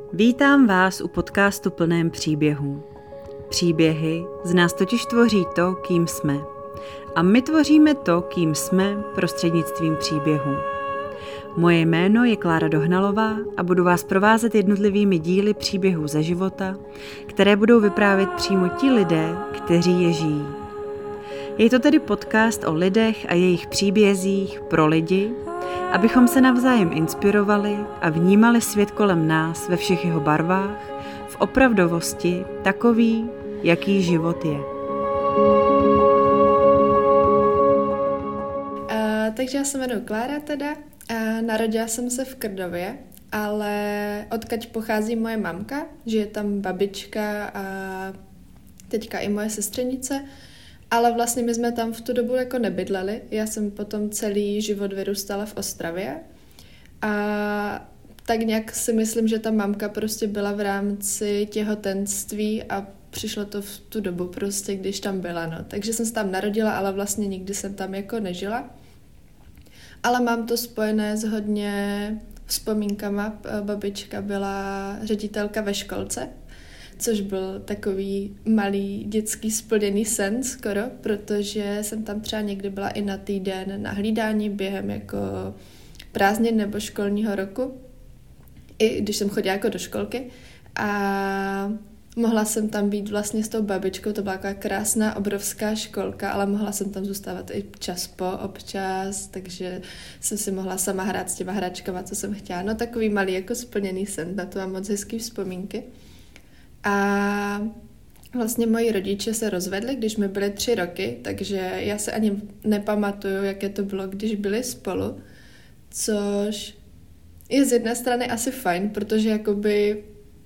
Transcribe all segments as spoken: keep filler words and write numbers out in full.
Vítám vás u podcastu plném příběhů. Příběhy z nás totiž tvoří to, kým jsme. A my tvoříme to, kým jsme, prostřednictvím příběhů. Moje jméno je Klára Dohnalová a budu vás provázet jednotlivými díly příběhů ze života, které budou vyprávět přímo ti lidé, kteří je žijí. Je to tedy podcast o lidech a jejich příbězích pro lidi, abychom se navzájem inspirovali a vnímali svět kolem nás ve všech jeho barvách, v opravdovosti takový, jaký život je. Uh, takže já se jmenuji Klára teda a narodila jsem se v Krdově, ale odkud pochází moje mamka, že je tam babička a teďka i moje sestřenice, ale vlastně my jsme tam v tu dobu jako nebydleli. Já jsem potom celý život vyrůstala v Ostravě a tak nějak si myslím, že ta mamka prostě byla v rámci těhotenství a přišlo to v tu dobu prostě, když tam byla, no. Takže jsem se tam narodila, ale vlastně nikdy jsem tam jako nežila. Ale mám to spojené s hodně vzpomínkama. Babička byla ředitelka ve školce, což byl takový malý dětský splněný sen skoro, protože jsem tam třeba někdy byla i na týden na hlídání během jako prázdnin nebo školního roku, i když jsem chodila jako do školky a mohla jsem tam být vlastně s tou babičkou, to byla taková krásná, obrovská školka, ale mohla jsem tam zůstávat i čas po občas, takže jsem si mohla sama hrát s těma hračkama, co jsem chtěla. No takový malý jako splněný sen, na to mám moc hezký vzpomínky. A vlastně moji rodiče se rozvedli, když mi byly tři roky, takže já se ani nepamatuju, jaké to bylo, když byli spolu, což je z jedné strany asi fajn, protože jakoby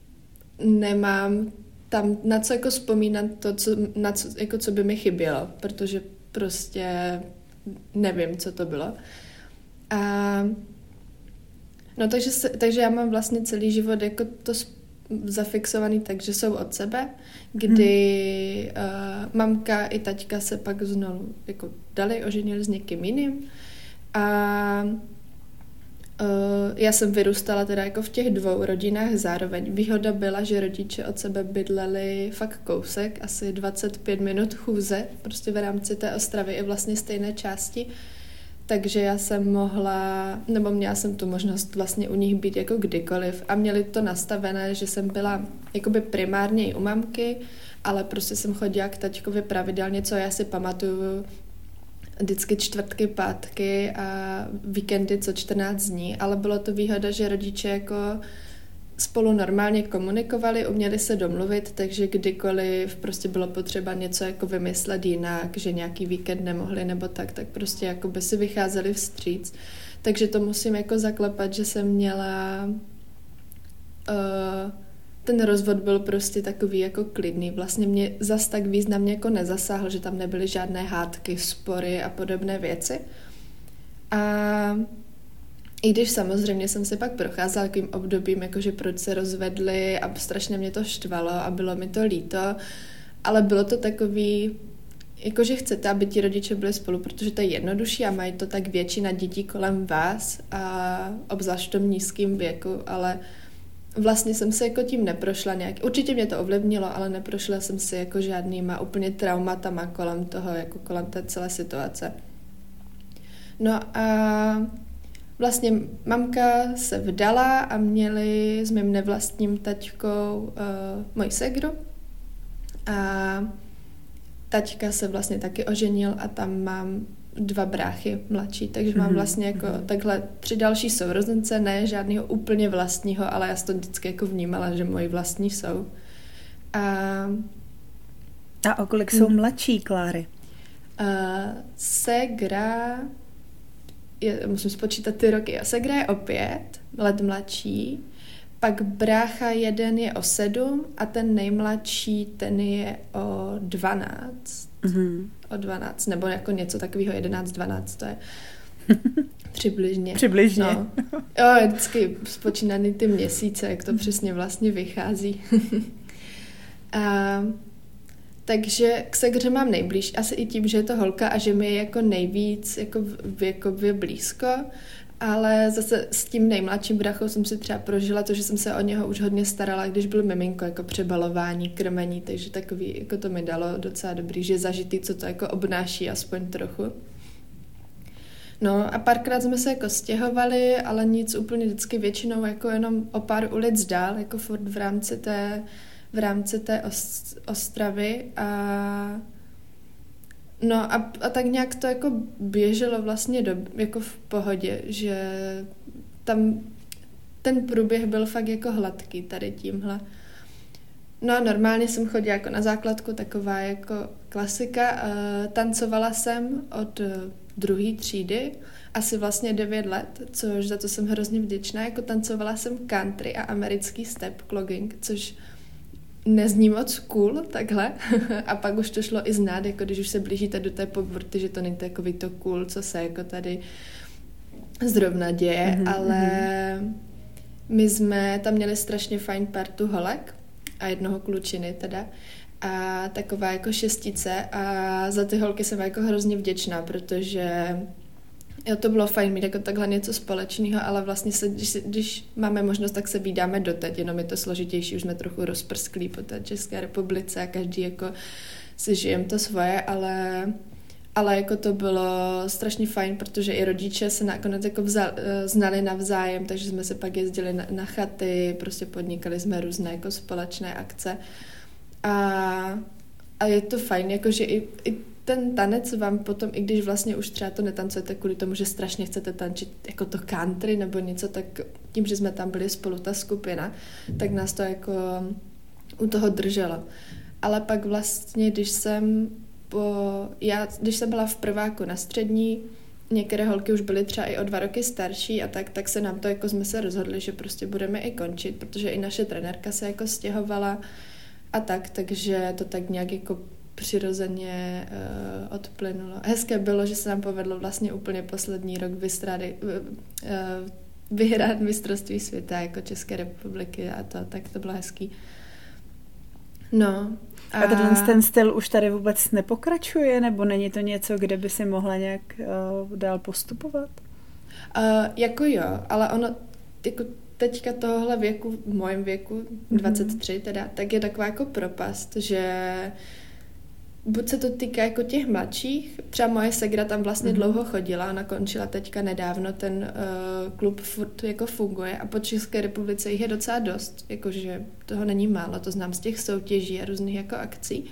nemám tam na co jako vzpomínat to, co, na co, jako co by mi chybělo, protože prostě nevím, co to bylo. A no takže, se, takže já mám vlastně celý život jako to zafixovaný tak, že jsou od sebe, kdy hmm. uh, mamka i taťka se pak znovu jako dali, oženili s někým jiným a uh, já jsem vyrůstala teda jako v těch dvou rodinách zároveň. Výhoda byla, že rodiče od sebe bydleli fakt kousek, asi dvacet pět minut chůze, prostě v rámci té Ostravy i vlastně stejné části. Takže já jsem mohla, nebo měla jsem tu možnost vlastně u nich být jako kdykoliv a měli to nastavené, že jsem byla jakoby primárně i u mamky, ale prostě jsem chodila k taťkovi pravidelně, co já si pamatuju, vždycky čtvrtky, pátky a víkendy co čtrnáct dní, ale bylo to výhoda, že rodiče jako spolu normálně komunikovali, uměli se domluvit, takže kdykoliv prostě bylo potřeba něco jako vymyslet jinak, že nějaký víkend nemohli nebo tak, tak prostě jako by si vycházeli vstříc. Takže to musím jako zaklepat, že jsem měla uh, ten rozvod byl prostě takový jako klidný. Vlastně mě zas tak významně jako nezasáhl, že tam nebyly žádné hádky, spory a podobné věci. A i když samozřejmě jsem se pak procházela takovým obdobím, jakože proč se rozvedli a strašně mě to štvalo a bylo mi to líto, ale bylo to takový, jakože chcete, aby ti rodiče byli spolu, protože to je jednodušší a mají to tak většina dětí kolem vás a obzvlášť v tom nízkém věku, ale vlastně jsem se jako tím neprošla nějak, určitě mě to ovlivnilo, ale neprošla jsem si jako žádnýma úplně traumatama kolem toho, jako kolem té celé situace. No a vlastně mamka se vdala a měli s mým nevlastním taťkou uh, moji segru a taťka se vlastně taky oženil a tam mám dva bráchy mladší, takže mm-hmm. mám vlastně jako takhle tři další sourozence, ne žádného úplně vlastního, ale já jsem to vždycky jako vnímala, že moji vlastní jsou. A, a o kolik jsou mladší, Kláry? Uh, segra Je, musím spočítat ty roky. Segra je o pět let mladší, pak brácha jeden je o sedm a ten nejmladší, ten je o dvanáct. Mm-hmm. O dvanáct, nebo jako něco takového, jedenáct, dvanáct, to je přibližně. Přibližně. No. Jo, je vždycky spočínaný ty měsíce, jak to mm-hmm. přesně vlastně vychází. a Takže k segře mám nejblíž, asi i tím, že je to holka a že mi je jako nejvíc jako věkově blízko Ale zase s tím nejmladším brachou jsem si třeba prožila to, že jsem se o něho už hodně starala, když byl miminko, jako přebalování, krmení, takže takový, jako to mi dalo docela dobrý, že zažitý, co to jako obnáší, aspoň trochu. No a párkrát jsme se jako stěhovali, ale nic úplně vždycky většinou jako jenom o pár ulic dál, jako furt v rámci té, v rámci té Ost- Ostravy a no a, a tak nějak to jako běželo vlastně do, jako v pohodě, že tam ten průběh byl fakt jako hladký tady tímhle. No a normálně jsem chodila jako na základku, taková jako klasika. Uh, tancovala jsem od druhé třídy, asi vlastně devět let, což za to jsem hrozně vděčná. Jako tancovala jsem country a americký step clogging, což nezní moc cool, takhle. A pak už to šlo i znát, jako když už se blížíte do té puberty, že to není takový to cool, co se jako tady zrovna děje, mm-hmm. ale my jsme tam měli strašně fajn partu holek a jednoho klučiny teda a taková jako šestice a za ty holky jsem jako hrozně vděčná, protože jo, to bylo fajn mít jako takhle něco společného, ale vlastně se, když, když máme možnost, tak se vídáme doteď, jenom je to složitější, už jsme trochu rozprsklí po té České republice a každý jako si žijem to svoje, ale, ale jako to bylo strašně fajn, protože i rodiče se nakonec jako vzal, znali navzájem, takže jsme se pak jezdili na, na chaty, prostě podnikali jsme různé jako společné akce a, a je to fajn, jakože i, i ten tanec vám potom, i když vlastně už třeba to netancujete kvůli tomu, že strašně chcete tančit jako to country nebo něco, tak tím, že jsme tam byli spolu ta skupina, tak nás to jako u toho drželo. Ale pak vlastně, když jsem po, já, když jsem byla v prváku na střední, některé holky už byly třeba i o dva roky starší a tak, tak se nám to jako jsme se rozhodli, že prostě budeme i končit, protože i naše trenérka se jako stěhovala a tak, takže to tak nějak jako přirozeně uh, odplynulo. Hezké bylo, že se nám povedlo vlastně úplně poslední rok vystrády, uh, vyhrát mistrovství světa jako České republiky a to, tak to bylo hezký. No. A, a tenhle ten styl už tady vůbec nepokračuje, nebo není to něco, kde by si mohla nějak uh, dál postupovat? Uh, jako jo, ale ono jako teďka tohohle věku, v mém věku, dvacet tři teda, tak je taková jako propast, že buď se to týká jako těch mladších, třeba moje segra tam vlastně mm. dlouho chodila, ona končila teďka nedávno, ten uh, klub furt jako funguje a po České republice jich je docela dost, jakože toho není málo, to znám z těch soutěží a různých jako akcí,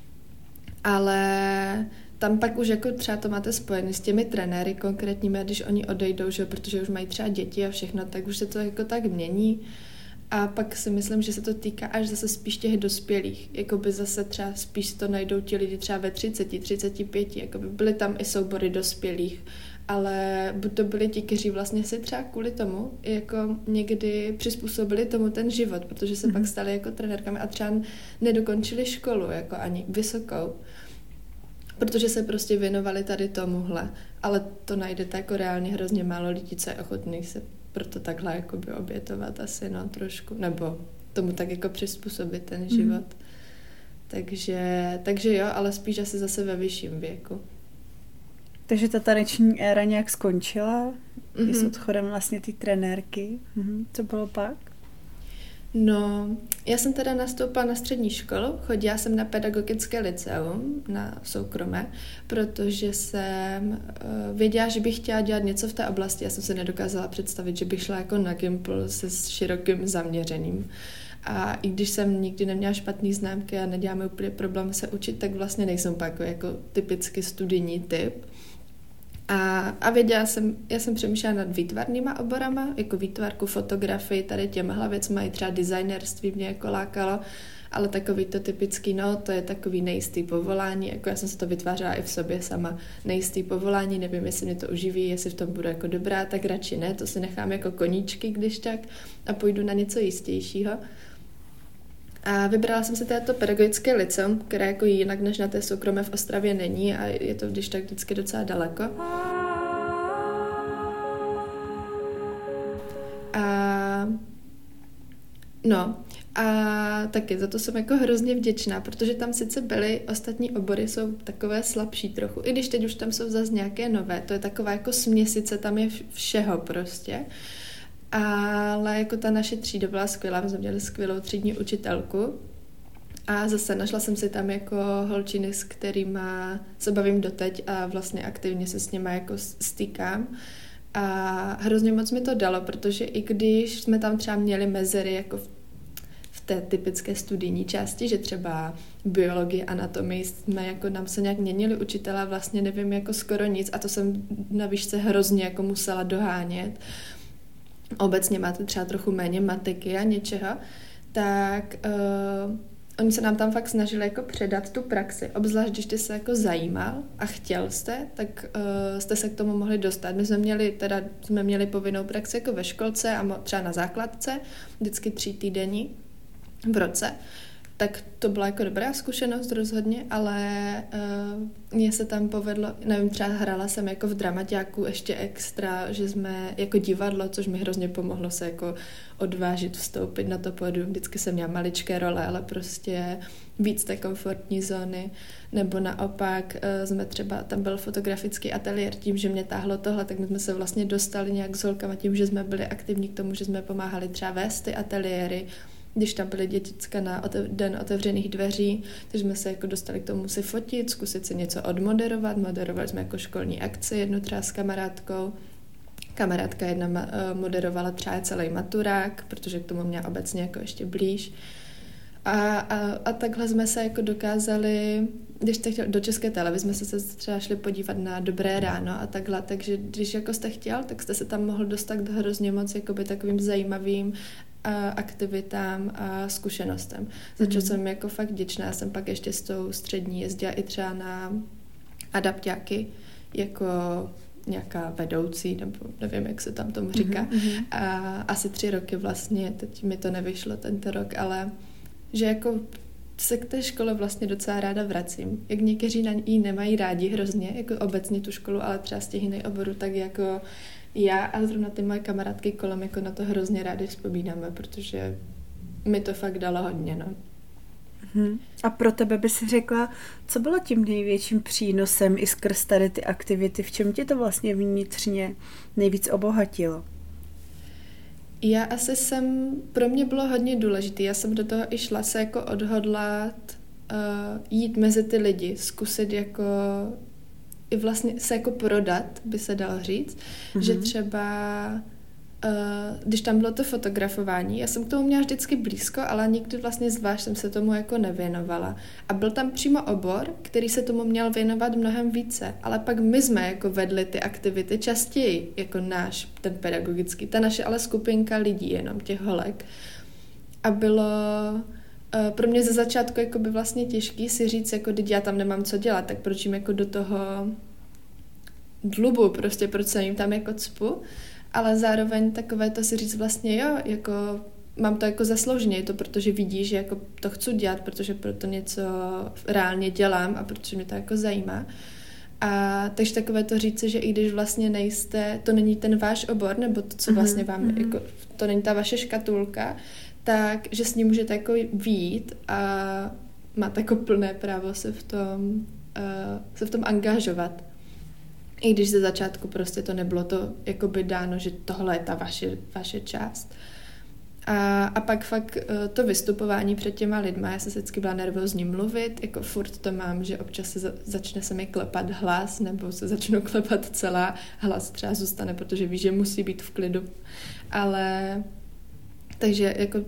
ale tam pak už jako třeba to máte spojené s těmi trenéry konkrétními, a když oni odejdou, že, protože už mají třeba děti a všechno, tak už se to jako tak mění. A pak si myslím, že se to týká až zase spíš těch dospělých. Jakoby zase třeba spíš to najdou ti lidi třeba ve třiceti, třiceti pěti. Jakoby byly tam i soubory dospělých. Ale buď to byli ti, kteří vlastně si třeba kvůli tomu jako někdy přizpůsobili tomu ten život, protože se mm-hmm. pak stali jako trenérkami a třeba nedokončili školu jako ani vysokou. Protože se prostě věnovali tady tomuhle. Ale to najdete jako reálně hrozně málo lidí, co je ochotných se proto takhle jakoby obětovat asi, no, trošku, nebo tomu tak jako přizpůsobit ten život. Mm. Takže, takže jo, ale spíš asi zase ve vyšším věku. Takže ta taneční éra nějak skončila mm-hmm. i s odchodem vlastně té trenérky. Mm-hmm. Co bylo pak? No, já jsem teda nastoupila na střední školu, chodila jsem na pedagogické liceum, na soukromé, protože jsem uh, věděla, že bych chtěla dělat něco v té oblasti. Já jsem se nedokázala představit, že bych šla jako na Gimpl se s širokým zaměřením. A i když jsem nikdy neměla špatný známky a neděláme úplně problém se učit, tak vlastně nejsem pak jako typicky studijní typ. A, a věděla jsem, já jsem přemýšlela nad výtvarnýma oborama, jako výtvarku, fotografii, tady těmhle věcma, i třeba designerství mě jako lákalo, ale takový to typický, no, to je takový nejistý povolání, jako já jsem se to vytvářela i v sobě sama, nejistý povolání, nevím, jestli mě to uživí, jestli v tom budu jako dobrá, tak radši ne, to si nechám jako koníčky, když tak, a půjdu na něco jistějšího. A vybrala jsem si této pedagogické liceum, které jako jinak než na té soukromé v Ostravě není a je to když tak vždycky docela daleko. A No a taky za to jsem jako hrozně vděčná, protože tam sice byly, ostatní obory jsou takové slabší trochu, i když teď už tam jsou zase nějaké nové, to je taková jako směsice, tam je všeho prostě. Ale jako ta naše třída byla skvělá, my jsme měli skvělou třídní učitelku a zase našla jsem si tam jako holčiny, s kterýma se bavím doteď a vlastně aktivně se s nima jako stýkám. A hrozně moc mi to dalo, protože i když jsme tam třeba měli mezery jako v, v té typické studijní části, že třeba biologii, anatomii jsme jako nám se nějak měnili učitelé, vlastně nevím jako skoro nic a to jsem na výšce hrozně jako musela dohánět. Obecně máte třeba trochu méně matiky a něčeho, tak uh, oni se nám tam fakt snažili jako předat tu praxi. Obzvlášť, když jste se jako zajímal a chtěl jste, tak uh, jste se k tomu mohli dostat. My jsme měli, teda, jsme měli povinnou praxi jako ve školce a mo- třeba na základce, vždycky tři týdení v roce. Tak to byla jako dobrá zkušenost rozhodně, ale uh, mně se tam povedlo, nevím, třeba hrála jsem jako v dramaťáku ještě extra, že jsme jako divadlo, což mi hrozně pomohlo se jako odvážit vstoupit na to pódium. Vždycky jsem měla maličké role, ale prostě víc té komfortní zóny. Nebo naopak uh, jsme třeba, tam byl fotografický ateliér, tím, že mě táhlo tohle, tak my jsme se vlastně dostali nějak s holkama tím, že jsme byli aktivní k tomu, že jsme pomáhali třeba vést ty ateliéry, když tam byly děticka na otev- den otevřených dveří, takže jsme se jako dostali k tomu si fotit, zkusit si něco odmoderovat. Moderovali jsme jako školní akci, jednu třeba s kamarádkou. Kamarádka jedna ma- moderovala třeba celý maturák, protože k tomu měla obecně jako ještě blíž. A, a, a takhle jsme se jako dokázali, když jste chtěli, do České televize jsme se třeba šli podívat na Dobré ráno a takhle, takže když jako jste chtěl, tak jste se tam mohl dostat hrozně moc jakoby takovým zajímavým a aktivitám a zkušenostem. Za čo mm. jsem jako fakt vděčná. Já jsem pak ještě s tou střední jezdila i třeba na adapťáky jako nějaká vedoucí, nebo nevím, jak se tam tomu říká. Mm-hmm. A asi tři roky vlastně, teď mi to nevyšlo tento rok, ale že jako se k té škole vlastně docela ráda vracím. Jak někteří na ní nemají rádi hrozně, jako obecně tu školu, ale třeba z těch jiných oborů, tak jako já a zrovna ty moje kamarádky kolem jako na to hrozně rádi vzpomínáme, protože mi to fakt dalo hodně, no. Hmm. A pro tebe by si řekla, co bylo tím největším přínosem i skrz tady ty aktivity, v čem tě to vlastně vnitřně nejvíc obohatilo? Já asi jsem, pro mě bylo hodně důležité, já jsem do toho i šla se jako odhodlat uh, jít mezi ty lidi, zkusit jako i vlastně se jako prodat, by se dalo říct, mm-hmm. že třeba uh, když tam bylo to fotografování, já jsem k tomu měla vždycky blízko, ale nikdy vlastně zvlášť jsem se tomu jako nevěnovala. A byl tam přímo obor, který se tomu měl věnovat mnohem více, ale pak my jsme jako vedli ty aktivity častěji, jako náš, ten pedagogický, ta naše ale skupinka lidí, jenom těch holek. A bylo uh, pro mě ze začátku jako by vlastně těžký si říct, jako teď já tam nemám co dělat, tak proč jim jako do toho dlubu, prostě proč jsem jim tam jako cpu, ale zároveň takové to si říct vlastně jo, jako mám to jako zaslouženě, je to protože vidí, že jako to chci dělat, protože proto něco reálně dělám a protože mě to jako zajímá. A takže takové to říci, že i když vlastně nejste, to není ten váš obor, nebo to, co vlastně vám, mm-hmm. jako, to není ta vaše škatulka, tak, že s ní můžete jako vyjít a máte jako plné právo se v tom, uh, se v tom angažovat. I když ze začátku prostě to nebylo to jakoby dáno, že tohle je ta vaše, vaše část. A, a pak fakt uh, to vystupování před těma lidma, já se vždycky byla nervózní mluvit, jako furt to mám, že občas se za, začne se mi klepat hlas, nebo se začnu klepat celá, hlas třeba zůstane, protože ví, že musí být v klidu. Ale takže jako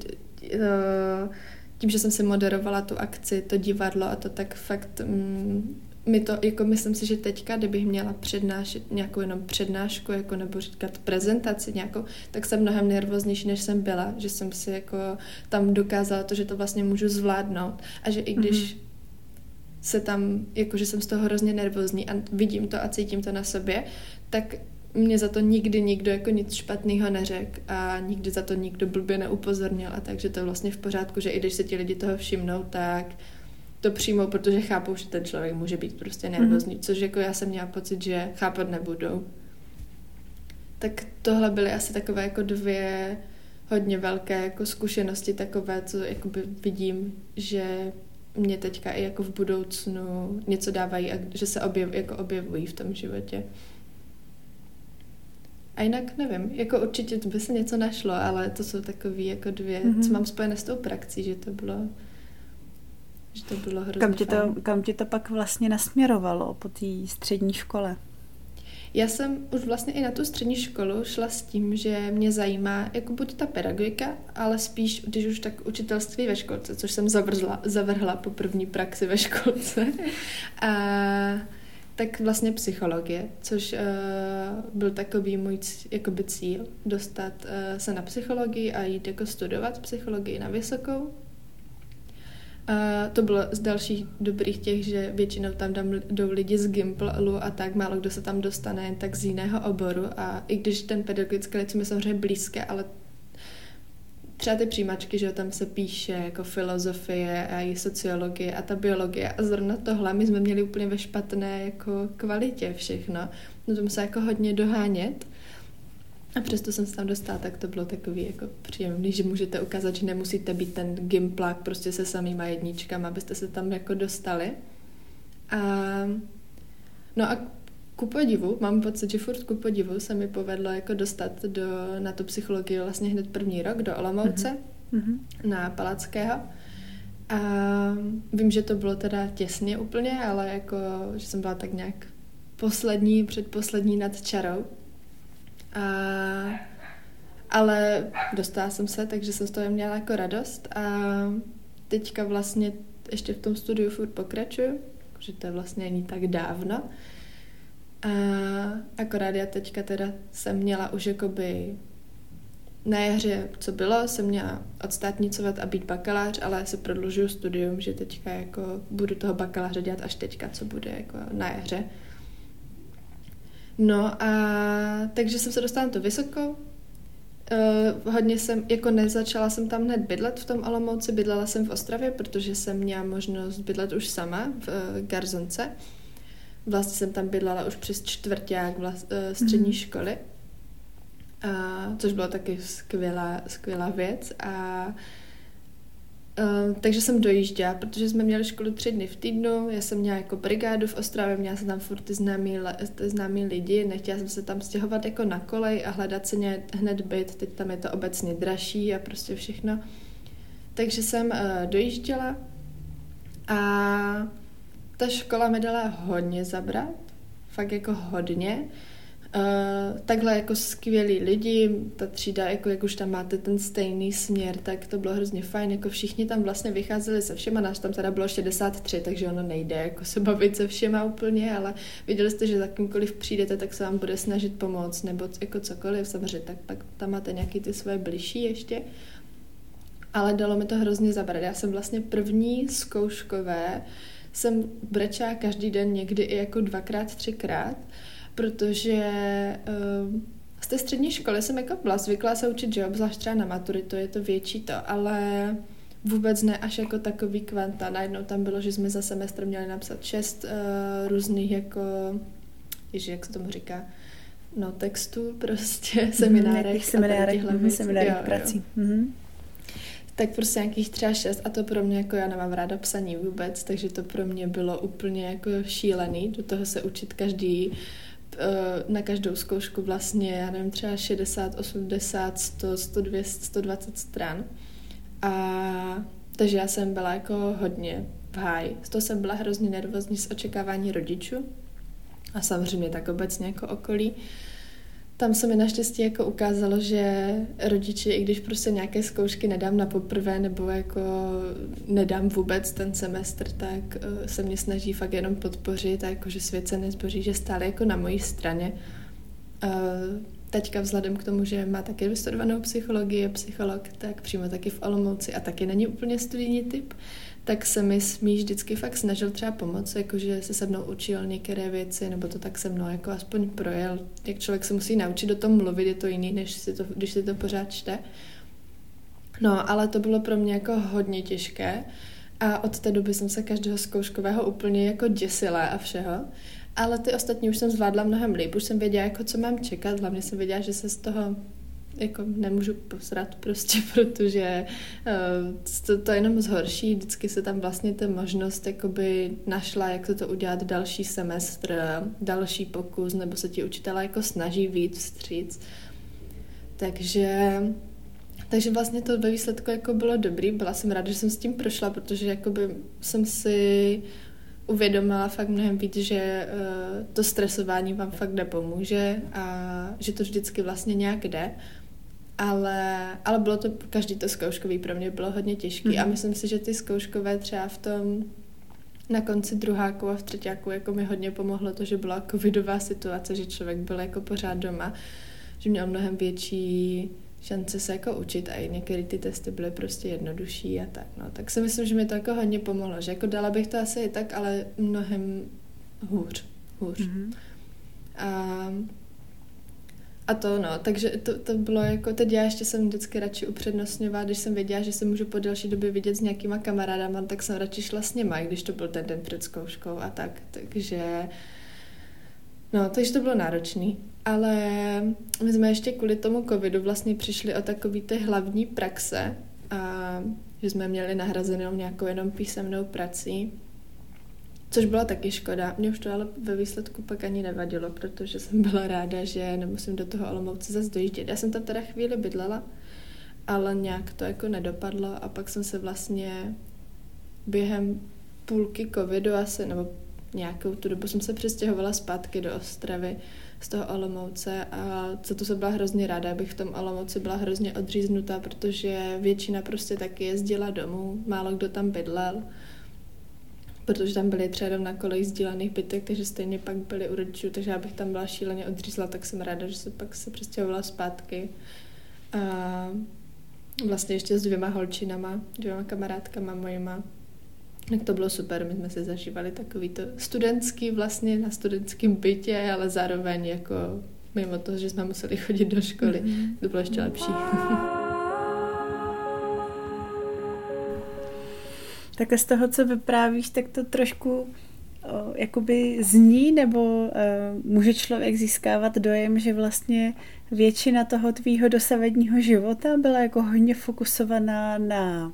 tím, že jsem si moderovala tu akci, to divadlo a to tak fakt mm, mi to, jako myslím si, že teďka, kdybych měla přednášet nějakou jenom přednášku, jako nebo říkat prezentaci nějakou, tak jsem mnohem nervóznější, než jsem byla, že jsem si jako tam dokázala to, že to vlastně můžu zvládnout a že i když mm-hmm. se tam, jako že jsem z toho hrozně nervózní a vidím to a cítím to na sobě, tak mě za to nikdy nikdo jako nic špatného neřekl a nikdy za to nikdo blbě neupozornil a takže to je vlastně v pořádku, že i když se ti lidi toho všimnou, tak to přijmou, protože chápou, že ten člověk může být prostě nervózní, mm-hmm. což jako já jsem měla pocit, že chápat nebudou. Tak tohle byly asi takové jako dvě hodně velké jako zkušenosti takové, co jakoby vidím, že mě teďka i jako v budoucnu něco dávají a že se objev, jako objevují v tom životě. A jinak nevím, jako určitě by se něco našlo, ale to jsou takový jako dvě, mm-hmm. co mám spojené s tou praxí, že to bylo že to bylo hrozně kam tě to, fajn. kam tě to pak vlastně nasměrovalo po té střední škole? Já jsem už vlastně i na tu střední školu šla s tím, že mě zajímá jako buď ta pedagogika, ale spíš, když už tak učitelství ve školce, což jsem zavrzla, zavrhla po první praxi ve školce. A tak vlastně psychologie, což uh, byl takový můj c- jakoby cíl, dostat uh, se na psychologii a jít jako studovat psychologii na vysokou. Uh, to bylo z dalších dobrých těch, že většinou tam jdou lidi z Gimplu a tak, málo kdo se tam dostane jen tak z jiného oboru a i když ten pedagogický lecum je samozřejmě blízké, ale třeba ty přijímačky, že tam se píše jako filozofie a i sociologie a ta biologie a zrovna tohle my jsme měli úplně ve špatné jako kvalitě všechno. No to musela jako hodně dohánět. A přesto jsem se tam dostala, tak to bylo takový jako příjemný, že můžete ukázat, že nemusíte být ten gimplák prostě se samýma jedničkama, abyste se tam jako dostali. A, no a ku podivu, mám pocit, že furt ku podivu se mi povedlo jako dostat do, na tu psychologii vlastně hned první rok do Olomouce, mm-hmm. na Palackého. A vím, že to bylo teda těsně úplně, ale jako, že jsem byla tak nějak poslední, předposlední nad čarou. A, ale dostala jsem se, takže jsem z toho měla jako radost a teďka vlastně ještě v tom studiu furt pokračuju, že to je vlastně ani tak dávno. A akorát já teďka teda jsem měla už jakoby na jaře, co bylo, jsem měla odstátnicovat a být bakalář, ale já si prodlužuju studium, že teďka jako budu toho bakaláře dělat až teďka, co bude jako na jaře. No a takže jsem se dostala na tu vysokou. Uh, hodně jsem, jako nezačala jsem tam hned bydlet v tom Olomouci, bydlela jsem v Ostravě, protože jsem měla možnost bydlet už sama v uh, Garzonce. Vlastně jsem tam bydlela už přes čtvrťák vlast, uh, střední mm. školy, uh, což byla taky skvělá, skvělá věc. A Uh, takže jsem dojížděla, protože jsme měli školu tři dny v týdnu, já jsem měla jako brigádu v Ostravě, měla jsem tam furt ty známý, ty známý lidi, nechtěla jsem se tam stěhovat jako na kolej a hledat si hned byt, teď tam je to obecně dražší a prostě všechno. Takže jsem uh, dojížděla a ta škola mi dala hodně zabrat, fakt jako hodně. Uh, takhle jako skvělí lidi, ta třída, jako jak už tam máte ten stejný směr, tak to bylo hrozně fajn, jako všichni tam vlastně vycházeli se všema, nás tam teda bylo šedesát tři, takže ono nejde jako se bavit se všema úplně, ale viděli jste, že za kýmkoliv přijdete, tak se vám bude snažit pomoct, nebo jako cokoliv, samozřejmě, tak pak tam máte nějaký ty svoje bližší ještě, ale dalo mi to hrozně zabrat. Já jsem vlastně první zkouškové, jsem brečela každý den někdy i jako dvakrát, třikrát, protože uh, z té střední školy jsem jako byla zvyklá se učit, že obzvlášť třeba na maturitu, je to větší to, ale vůbec ne až jako takový kvanta. Najednou tam bylo, že jsme za semestr měli napsat šest uh, různých jako, ježi, jak se tomu říká, no textů, prostě seminárech. Seminárech, seminárech prací. Mm-hmm. Tak prostě nějakých třeba šest a to pro mě, jako já nemám ráda psaní vůbec, takže to pro mě bylo úplně jako šílený, do toho se učit každý na každou zkoušku vlastně, já nevím, třeba šedesát, osmdesát, sto, sto dvacet, sto dvacet stran. A takže já jsem byla jako hodně v háji. Z toho jsem byla hrozně nervózní z očekávání rodičů a samozřejmě tak obecně jako okolí. Tam se mi naštěstí jako ukázalo, že rodiči, i když prostě nějaké zkoušky nedám na poprvé nebo jako nedám vůbec ten semestr, tak se mě snaží fakt jenom podpořit a jako, že svět se nezboří, že stále jako na mojí straně. Teďka vzhledem k tomu, že má taky vystudovanou psychologii, psycholog, tak přímo taky v Olomouci a taky není úplně studijní typ, tak se mi smí vždycky fakt snažil třeba pomoct, jakože se se mnou učil některé věci, nebo to tak se mnou jako aspoň projel. Jak člověk se musí naučit o tom mluvit, je to jiný, než si to, když si to pořád čte. No, ale to bylo pro mě jako hodně těžké a od té doby jsem se každého zkouškového úplně jako děsila a všeho. Ale ty ostatní už jsem zvládla mnohem líp, už jsem věděla, jako co mám čekat, hlavně jsem věděla, že se z toho jako nemůžu posrat prostě, protože uh, to, to jenom zhorší, vždycky se tam vlastně ta možnost jakoby našla, jak se to udělat další semestr, další pokus, nebo se ti učitelé jako snaží víc vstříc. Takže, takže vlastně to ve výsledku jako bylo dobrý, byla jsem ráda, že jsem s tím prošla, protože jakoby jsem si uvědomila fakt mnohem víc, že uh, to stresování vám fakt nepomůže a že to vždycky vlastně nějak jde. Ale, ale bylo to, každý to zkouškový pro mě bylo hodně těžký mm. a myslím si, že ty zkouškové třeba v tom na konci druháku a v třetíku jako mi hodně pomohlo to, že byla covidová situace, že člověk byl jako pořád doma, že měl mnohem větší šance se jako učit a i některé ty testy byly prostě jednodušší a tak, no. Tak si myslím, že mi to jako hodně pomohlo, že jako dala bych to asi i tak, ale mnohem hůř, hůř. Mm-hmm. A, a to no, takže to, to bylo jako, teď já ještě jsem vždycky radši upřednostňovala, když jsem věděla, že se můžu po delší době vidět s nějakýma kamarádama, tak jsem radši šla s nima, když to byl ten den před zkouškou a tak, takže no, takže to bylo náročný. Ale my jsme ještě kvůli tomu covidu vlastně přišli o takový ty hlavní praxe a že jsme měli nahrazenou nějakou jenom písemnou prací, což byla taky škoda. Mně už to ale ve výsledku pak ani nevadilo, protože jsem byla ráda, že nemusím do toho Olomouce zase dojíždět. Já jsem tam teda chvíli bydlela, ale nějak to jako nedopadlo a pak jsem se vlastně během půlky covidu asi, nebo nějakou tu dobu jsem se přestěhovala zpátky do Ostravy z toho Olomouce a za to jsem byla hrozně ráda, abych v tom Olomouci byla hrozně odříznutá, protože většina prostě taky jezdila domů, málo kdo tam bydlel, protože tam byly třeba na kolejích sdílených bytek, takže stejně pak byly u rodičů, takže abych tam byla šíleně odřízla, tak jsem ráda, že se pak se přestěhovala zpátky. A vlastně ještě s dvěma holčinama, dvěma kamarádkama mojima. Tak to bylo super, my jsme si zažívali takový to studentský vlastně na studentském bytě, ale zároveň jako mimo toho, že jsme museli chodit do školy. Mm-hmm. To bylo ještě lepší. Tak z toho, co vyprávíš, tak to trošku o, jakoby zní, nebo o, může člověk získávat dojem, že vlastně většina toho tvýho dosavadního života byla jako hodně fokusovaná na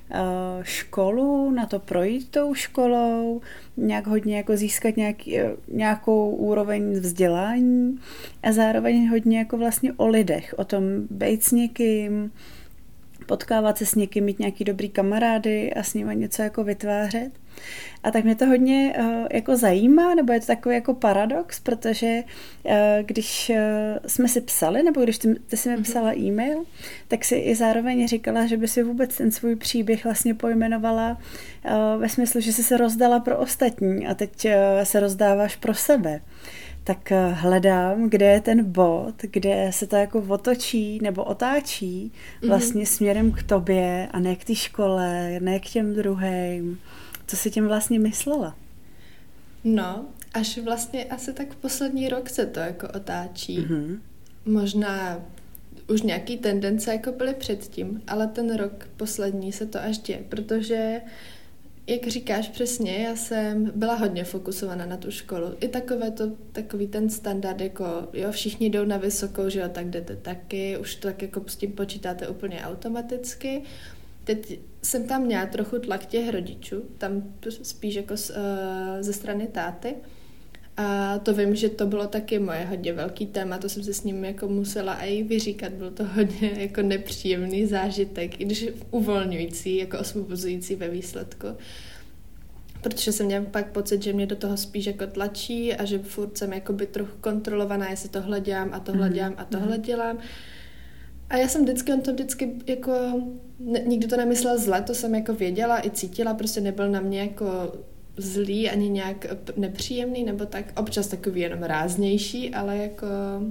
školu, na to projít tou školou, nějak hodně jako získat nějaký, nějakou úroveň vzdělání a zároveň hodně jako vlastně o lidech, o tom být s někým, potkávat se s někým, mít nějaký dobrý kamarády a s nimi něco jako vytvářet. A tak mě to hodně uh, jako zajímá, nebo je to takový jako paradox, protože uh, když uh, jsme si psali, nebo když ty, ty jsi mi psala e-mail, tak si i zároveň říkala, že by si vůbec ten svůj příběh vlastně pojmenovala uh, ve smyslu, že jsi se rozdala pro ostatní a teď uh, se rozdáváš pro sebe. Tak hledám, kde je ten bod, kde se to jako otočí nebo otáčí vlastně mm-hmm. směrem k tobě a ne k té škole, ne k těm druhým. Co jsi tím vlastně myslela? No, až vlastně asi tak poslední rok se to jako otáčí. Mm-hmm. Možná už nějaký tendence jako byly předtím, ale ten rok poslední se to až děje, protože jak říkáš přesně, já jsem byla hodně fokusovaná na tu školu. I takové to, takový ten standard, jako jo, všichni jdou na vysokou, že jo, tak jdete taky, už to tak jako s tím počítáte úplně automaticky. Teď jsem tam měla trochu tlak těch rodičů, tam spíš jako z, uh, ze strany táty. A to vím, že to bylo taky moje hodně velký téma, to jsem se s ním jako musela i vyříkat, byl to hodně jako nepříjemný zážitek, i když uvolňující, jako osvobozující ve výsledku. Protože jsem měla pak pocit, že mě do toho spíš jako tlačí a že furt jsem jakoby trochu kontrolovaná, jestli tohle dělám a tohle dělám a tohle dělám. A já jsem vždycky, on to vždycky jako, ne, nikdo to nemyslel zle, to jsem jako věděla i cítila, prostě nebyl na mě jako zlý, ani nějak nepříjemný, nebo tak občas takový jenom ráznější, ale jako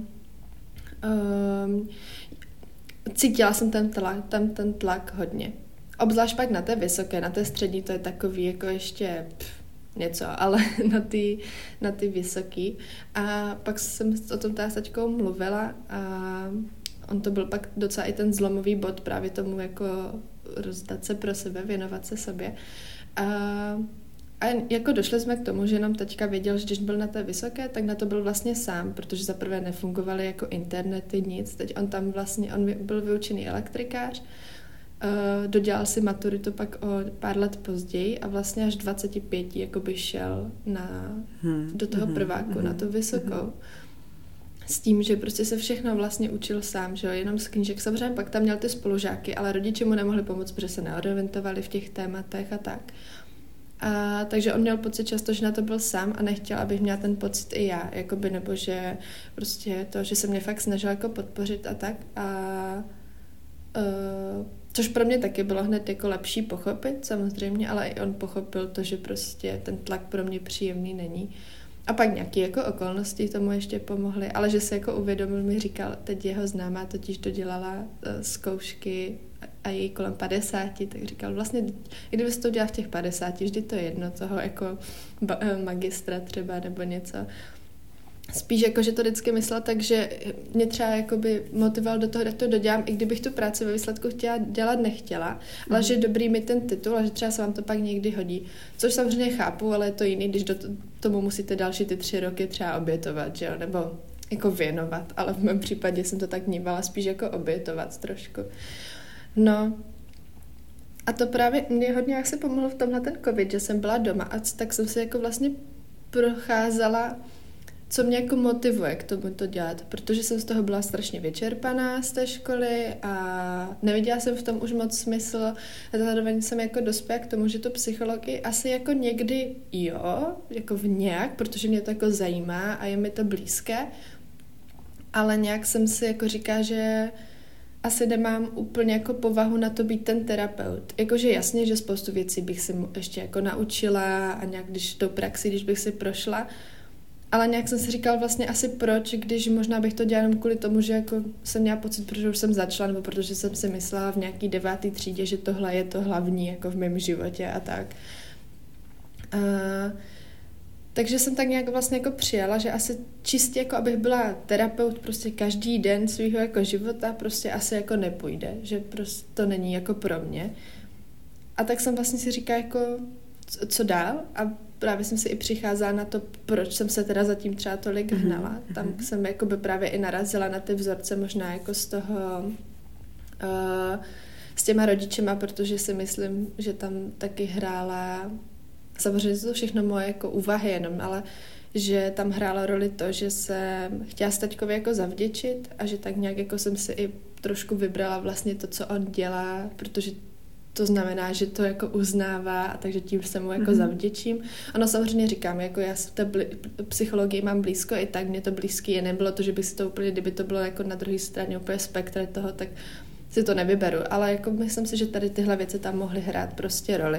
um, cítila jsem ten tlak, tam ten tlak hodně. Obzvlášť pak na té vysoké, na té střední to je takový jako ještě pff, něco, ale na ty, na ty vysoký. A pak jsem o tom tá taťkou mluvila a on to byl pak docela i ten zlomový bod právě tomu jako rozdat se pro sebe, věnovat se sobě. A A jako došli jsme k tomu, že jenom teďka věděl, že když byl na té vysoké, tak na to byl vlastně sám, protože zaprvé nefungovaly jako internety, nic. Teď on tam vlastně, on byl vyučený elektrikář, uh, dodělal si maturitu pak o pár let později a vlastně až dvacet pět jakoby šel na, hmm. do toho prváku, hmm. na tu vysokou. Hmm. S tím, že prostě se všechno vlastně učil sám, že jo, jenom z knížek. Samozřejmě pak tam měl ty spolužáky, ale rodiče mu nemohli pomoct, protože se neorientovali v těch tématech a tak. A, takže on měl pocit často, že na to byl sám a nechtěl, abych měla ten pocit i já, jakoby, nebo že prostě to, že se mě fakt snažil jako podpořit a tak. A uh, což pro mě taky bylo hned jako lepší pochopit, samozřejmě, ale i on pochopil to, že prostě ten tlak pro mě příjemný není. A pak nějaké jako okolnosti tomu ještě pomohly, ale že se jako uvědomil, mi říkal, teď jeho známá totiž dodělala uh, zkoušky a její kolem padesáti, tak říkal, vlastně, i kdyby se to udělal v těch padesáti, vždy to je jedno, toho jako ba- magistra třeba nebo něco. Spíš jako, že to vždycky myslel, takže mě třeba jakoby motivoval do toho, že to dodělám, i kdybych tu práci ve výsledku chtěla dělat nechtěla, mm. ale že je dobrý mi ten titul a že třeba se vám to pak někdy hodí. Což samozřejmě chápu, ale je to jiný, když do tomu musíte další ty tři roky třeba obětovat, že jo, nebo jako věnovat, ale v mém případě jsem to tak vnímala spíš jako obětovat trošku. No a to právě mě hodně jak se pomohlo v tomhle ten covid, že jsem byla doma a tak jsem se jako vlastně procházela, co mě jako motivuje k tomu to dělat, protože jsem z toho byla strašně vyčerpaná z té školy a neviděla jsem v tom už moc smysl a zároveň jsem jako dospěla k tomu, že tu psychologii asi jako někdy jo, jako v nějak, protože mě to jako zajímá a je mi to blízké, ale nějak jsem si jako říká, že asi nemám úplně jako povahu na to být ten terapeut. Jakože jasně, že spoustu věcí bych si ještě jako naučila a nějak když do praxi, když bych si prošla, ale nějak jsem si říkal vlastně asi proč, když možná bych to dělala jenom kvůli tomu, že jako jsem měla pocit, protože už jsem začala, nebo protože jsem si myslela v nějaký devátý třídě, že tohle je to hlavní jako v mém životě a tak. A, takže jsem tak nějak vlastně jako přijala, že asi čistě jako abych byla terapeut prostě každý den svýho jako života prostě asi jako nepůjde, že prostě to není jako pro mě. A tak jsem vlastně si říkala jako co dál a právě jsem si i přicházela na to, proč jsem se teda zatím třeba tolik hnala. Mm-hmm. Tam jsem jako by právě i narazila na ty vzorce možná jako z toho uh, s těma rodičema, protože si myslím, že tam taky hrála samozřejmě to všechno moje jako úvahy jenom, ale že tam hrála roli to, že jsem chtěla Staťkovi jako zavděčit a že tak nějak jako jsem si i trošku vybrala vlastně to, co on dělá, protože to znamená, že to jako uznává a takže tím se mu jako mm-hmm. zavděčím. Ano, samozřejmě říkám, jako já v té bli- psychologii mám blízko, i tak mě to blízký je, nebylo to, že bych si to úplně, kdyby to bylo jako na druhé straně úplně spektra toho, tak si to nevyberu, ale jako myslím si, že tady tyhle věci tam mohly hrát prostě roli.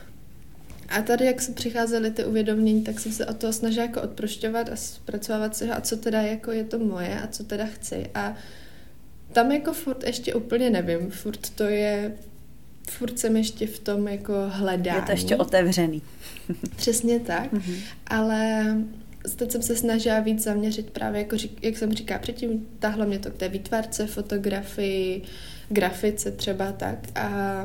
A tady, jak se přicházely ty uvědomění, tak jsem se o toho snažila jako odprošťovat a zpracovávat si ho, a co teda jako je to moje a co teda chci. A tam jako furt ještě úplně nevím, furt to je, furt jsem ještě v tom jako hledání. Je to ještě otevřený. Přesně tak, mm-hmm. ale teď jsem se snažila víc zaměřit právě, jako řík, jak jsem říkala předtím, táhlo mě to k té výtvarce, fotografii, grafice třeba tak a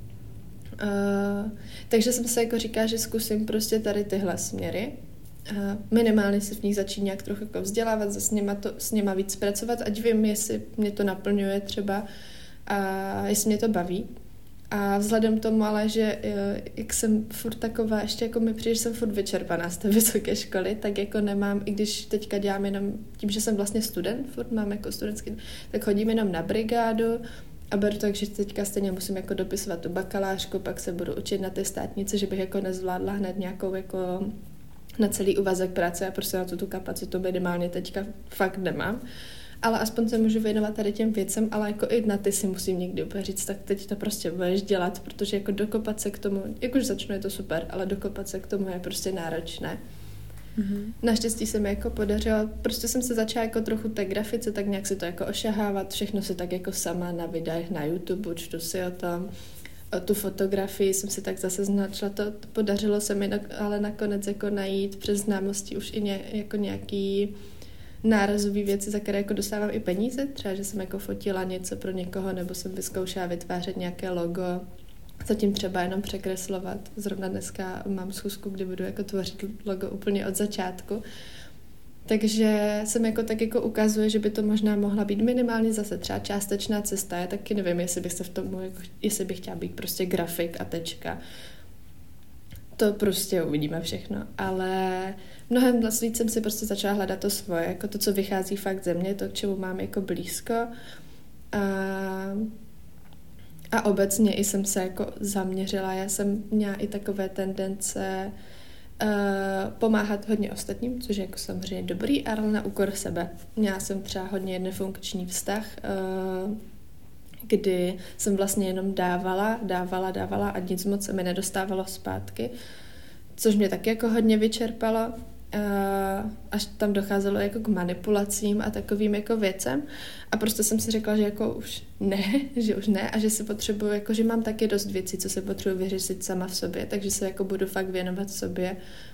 Uh, takže jsem se jako říkala, že zkusím prostě tady tyhle směry. Uh, minimálně se v nich začít nějak trochu jako vzdělávat, s nima, to, s nima víc pracovat, ať vím, jestli mě to naplňuje třeba a jestli mě to baví. A vzhledem tomu ale, že uh, jak jsem furt taková, ještě jako mi přijde, že jsem furt vyčerpaná z té vysoké školy, tak jako nemám, i když teďka dělám jenom, tím, že jsem vlastně student, furt mám jako studentský, tak chodím jenom na brigádu, a beru to, že teďka stejně musím jako dopisovat tu bakalářku, pak se budu učit na té státnice, že bych jako nezvládla hned nějakou jako na celý úvazek práce a prostě na tu, tu kapacitu minimálně teďka fakt nemám. Ale aspoň se můžu věnovat tady těm věcem, ale jako i na ty si musím někdy úplně říct, tak teď to prostě budeš dělat, protože jako dokopat se k tomu, jak už začnu, je to super, ale dokopat se k tomu je prostě náročné. Mm-hmm. Naštěstí se mi jako podařilo, prostě jsem se začala jako trochu té grafice, tak nějak si to jako ošahávat, všechno si tak jako sama na videích na YouTube, čtu si o tom, o tu fotografii jsem si tak zase značila, to podařilo se mi ale nakonec jako najít přes známosti už i ně, jako nějaký nárazový věci, za které jako dostávám i peníze, třeba, že jsem jako fotila něco pro někoho, nebo jsem vyzkoušela vytvářet nějaké logo zatím třeba jenom překreslovat. Zrovna dneska mám schůzku, kdy budu jako tvořit logo úplně od začátku. Takže jsem jako tak jako ukazuje, že by to možná mohla být minimálně zase třeba částečná cesta. Já taky nevím, jestli bych se v tomu, jako, jestli bych chtěla být prostě grafik a tečka. To prostě uvidíme všechno. Ale mnohem víc jsem si prostě začala hledat to svoje, jako to, co vychází fakt ze mě, to, k čemu mám jako blízko. A, a obecně i jsem se jako zaměřila. Já jsem měla i takové tendence Uh, pomáhat hodně ostatním, což je jako samozřejmě dobrý, ale na úkor sebe. Měla jsem třeba hodně nefunkční vztah, uh, kdy jsem vlastně jenom dávala, dávala, dávala a nic moc se mi nedostávalo zpátky, což mě taky jako hodně vyčerpalo, uh, až tam docházelo jako k manipulacím a takovým jako věcem a prostě jsem si řekla, že jako už ne, že už ne a že si potřebuju, jako že mám taky dost věcí, co se potřebuji vyřešit sama v sobě, takže se jako budu fakt věnovat sobě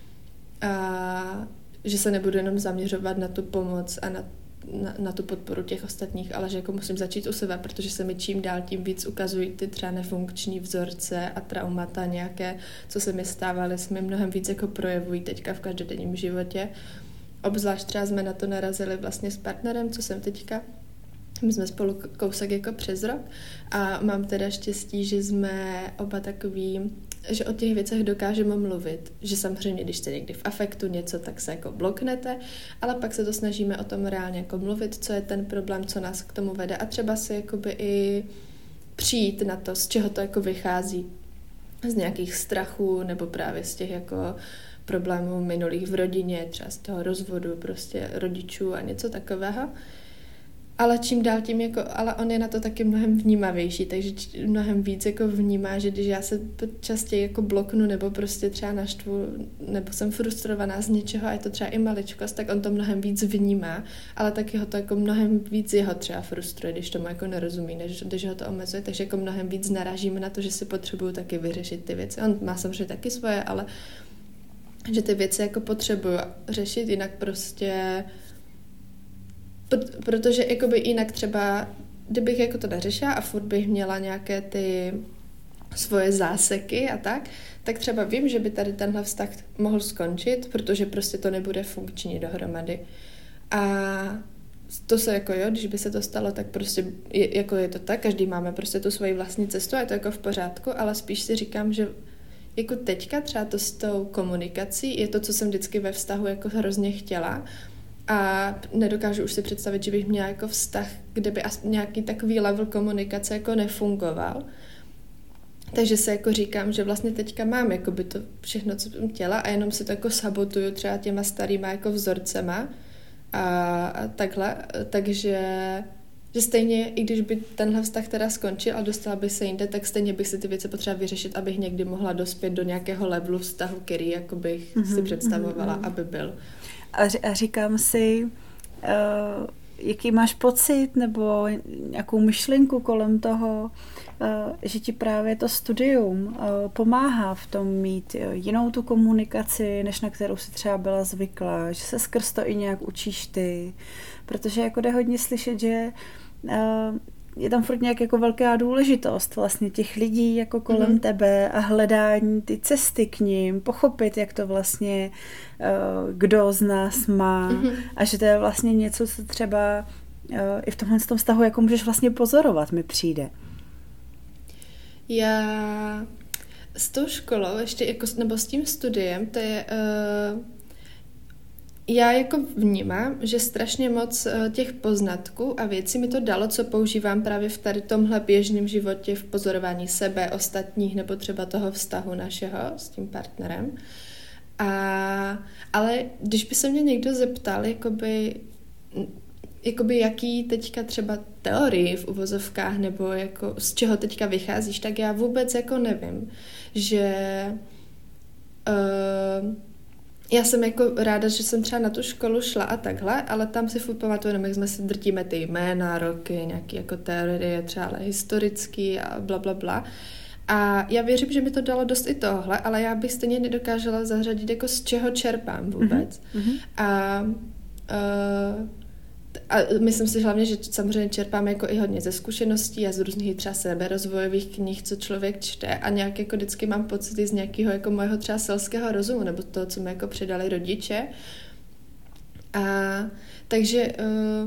a že se nebudu jenom zaměřovat na tu pomoc a na, na, na tu podporu těch ostatních, ale že jako musím začít u sebe, protože se mi čím dál tím víc ukazují ty třeba nefunkční vzorce a traumata nějaké, co se mi stávaly, se mi mnohem víc jako projevují teďka v každodenním životě. Obzvlášť třeba jsme na to narazili vlastně s partnerem, co jsem teďka. My jsme spolu kousek jako přes rok a mám teda štěstí, že jsme oba takový, že o těch věcech dokážeme mluvit. Že samozřejmě, když jste někdy v afektu něco, tak se jako bloknete, ale pak se to snažíme o tom reálně jako mluvit, co je ten problém, co nás k tomu vede a třeba si jakoby i přijít na to, z čeho to jako vychází. Z nějakých strachů nebo právě z těch jako problémů minulých v rodině, třeba z toho rozvodu prostě rodičů a něco takového. Ale čím dál tím jako, ale on je na to taky mnohem vnímavější, takže mnohem víc jako vnímá, že když já se častěji jako bloknu nebo prostě třeba naštvu, nebo jsem frustrovaná z něčeho a je to třeba i maličkost, tak on to mnohem víc vnímá, ale taky ho to jako mnohem víc jeho třeba frustruje, když tomu jako nerozumí, než když ho to omezuje, takže jako mnohem víc narážíme na to, že si potřebuju taky vyřešit ty věci. On má samozřejmě taky svoje, ale že ty věci jako potřebuju řešit, jinak prostě protože jakoby jinak třeba, kdybych jako to neřešila a furt bych měla nějaké ty svoje záseky a tak, tak třeba vím, že by tady tenhle vztah mohl skončit, protože prostě to nebude funkční dohromady. A to se jako jo, když by se to stalo, tak prostě je, jako je to tak, každý máme prostě tu svoji vlastní cestu a je to jako v pořádku, ale spíš si říkám, že jako teďka třeba to s tou komunikací je to, co jsem vždycky ve vztahu jako hrozně chtěla. A nedokážu už si představit, že bych měla jako vztah, kde by nějaký takový level komunikace jako nefungoval. Takže se jako říkám, že vlastně teďka mám jako by to všechno, co jsem chtěla a jenom si to jako sabotuju třeba těma starýma jako vzorcema a, a takhle. Takže že stejně, i když by tenhle vztah teda skončil a dostala by se jinde, tak stejně bych si ty věci potřeba vyřešit, abych někdy mohla dospět do nějakého levelu vztahu, který jako bych mm-hmm, si představovala, mm-hmm. aby byl. A říkám si, uh, jaký máš pocit nebo nějakou myšlenku kolem toho, uh, že ti právě to studium uh, pomáhá v tom mít jinou tu komunikaci, než na kterou si třeba byla zvyklá, že se skrz to i nějak učíš ty, protože jako jde hodně slyšet, že uh, je tam furt nějak jako velká důležitost vlastně těch lidí jako kolem mm-hmm. tebe a hledání ty cesty k ním, pochopit, jak to vlastně uh, kdo z nás má mm-hmm. a že to je vlastně něco, co třeba uh, i v tomhle tom vztahu jako můžeš vlastně pozorovat, mi přijde. Já s tou školou ještě jako, nebo s tím studiem, to je uh... já jako vnímám, že strašně moc těch poznatků a věcí mi to dalo, co používám právě v tady tomhle běžném životě v pozorování sebe, ostatních nebo třeba toho vztahu našeho s tím partnerem. A, ale když by se mě někdo zeptal, jakoby, jakoby jaký teďka třeba teorii v uvozovkách nebo jako z čeho teďka vycházíš, tak já vůbec jako nevím, že uh, já jsem jako ráda, že jsem třeba na tu školu šla a takhle, ale tam si furt pamatuju, jak jsme si drtíme ty jména, roky, nějaké jako teorie, třeba ale historický a bla, bla, bla. A já věřím, že mi to dalo dost i tohle, ale já bych stejně nedokážela zařadit, jako z čeho čerpám vůbec. Mm-hmm. A uh, A myslím si hlavně, že samozřejmě čerpám jako i hodně ze zkušeností a z různých třeba seberozvojových knih, co člověk čte a nějak jako vždycky mám pocity z nějakého jako mojeho třeba selského rozumu nebo toho, co mi jako předali rodiče. A takže uh,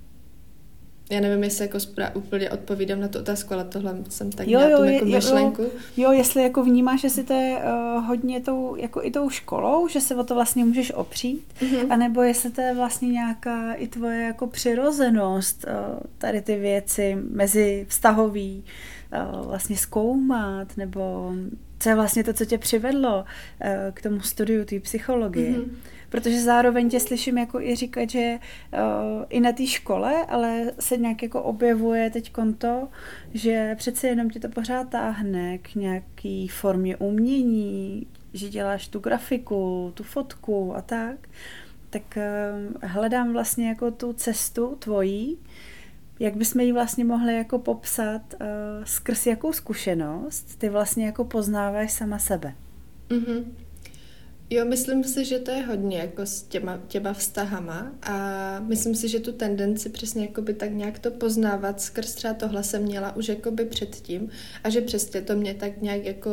já nevím, jestli jako spra- úplně odpovídám na tu otázku, ale tohle jsem tak jo, měla jo, tu jako jo, myšlenku. Jo, jo, jestli jako vnímáš, že si to je uh, hodně tou, jako i tou školou, že se o to vlastně můžeš opřít, mm-hmm. anebo jestli to je vlastně nějaká i tvoje jako přirozenost, uh, tady ty věci mezi vztahový, uh, vlastně zkoumat, nebo co je vlastně to, co tě přivedlo uh, k tomu studiu té psychologie. Mm-hmm. Protože zároveň tě slyším jako i říkat, že uh, i na té škole, ale se nějak jako objevuje teď to, že přece jenom tě to pořád táhne k nějaký formě umění, že děláš tu grafiku, tu fotku a tak. Tak uh, hledám vlastně jako tu cestu tvojí, jak bychom ji vlastně mohli jako popsat, uh, skrz jakou zkušenost ty vlastně jako poznáváš sama sebe. Mhm. Jo, myslím si, že to je hodně jako s těma, těma vztahama a myslím si, že tu tendenci přesně jakoby tak nějak to poznávat skrz třeba tohle jsem měla už jakoby předtím a že přesně to mě tak nějak jako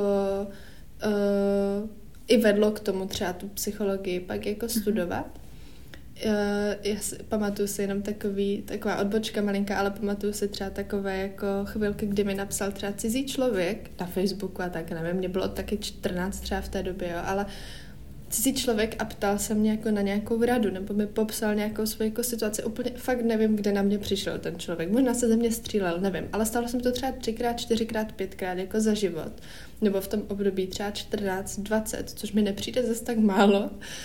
uh, i vedlo k tomu třeba tu psychologii pak jako studovat. Uh, já si, pamatuju si jenom takový, taková odbočka malinká, ale pamatuju si třeba takové jako chvilky, kdy mi napsal třeba cizí člověk na Facebooku a tak, nevím, mě bylo taky čtrnáct třeba v té době, jo, ale cizí člověk a ptal se mě jako na nějakou radu, nebo mi popsal nějakou svou jako situaci. Úplně fakt nevím, kde na mě přišel ten člověk. Možná se ze mě střílel, nevím. Ale stalo se mi to třeba třikrát, čtyřikrát, pětkrát jako za život. Nebo v tom období třeba čtrnáct, dvacet, což mi nepřijde zase tak málo.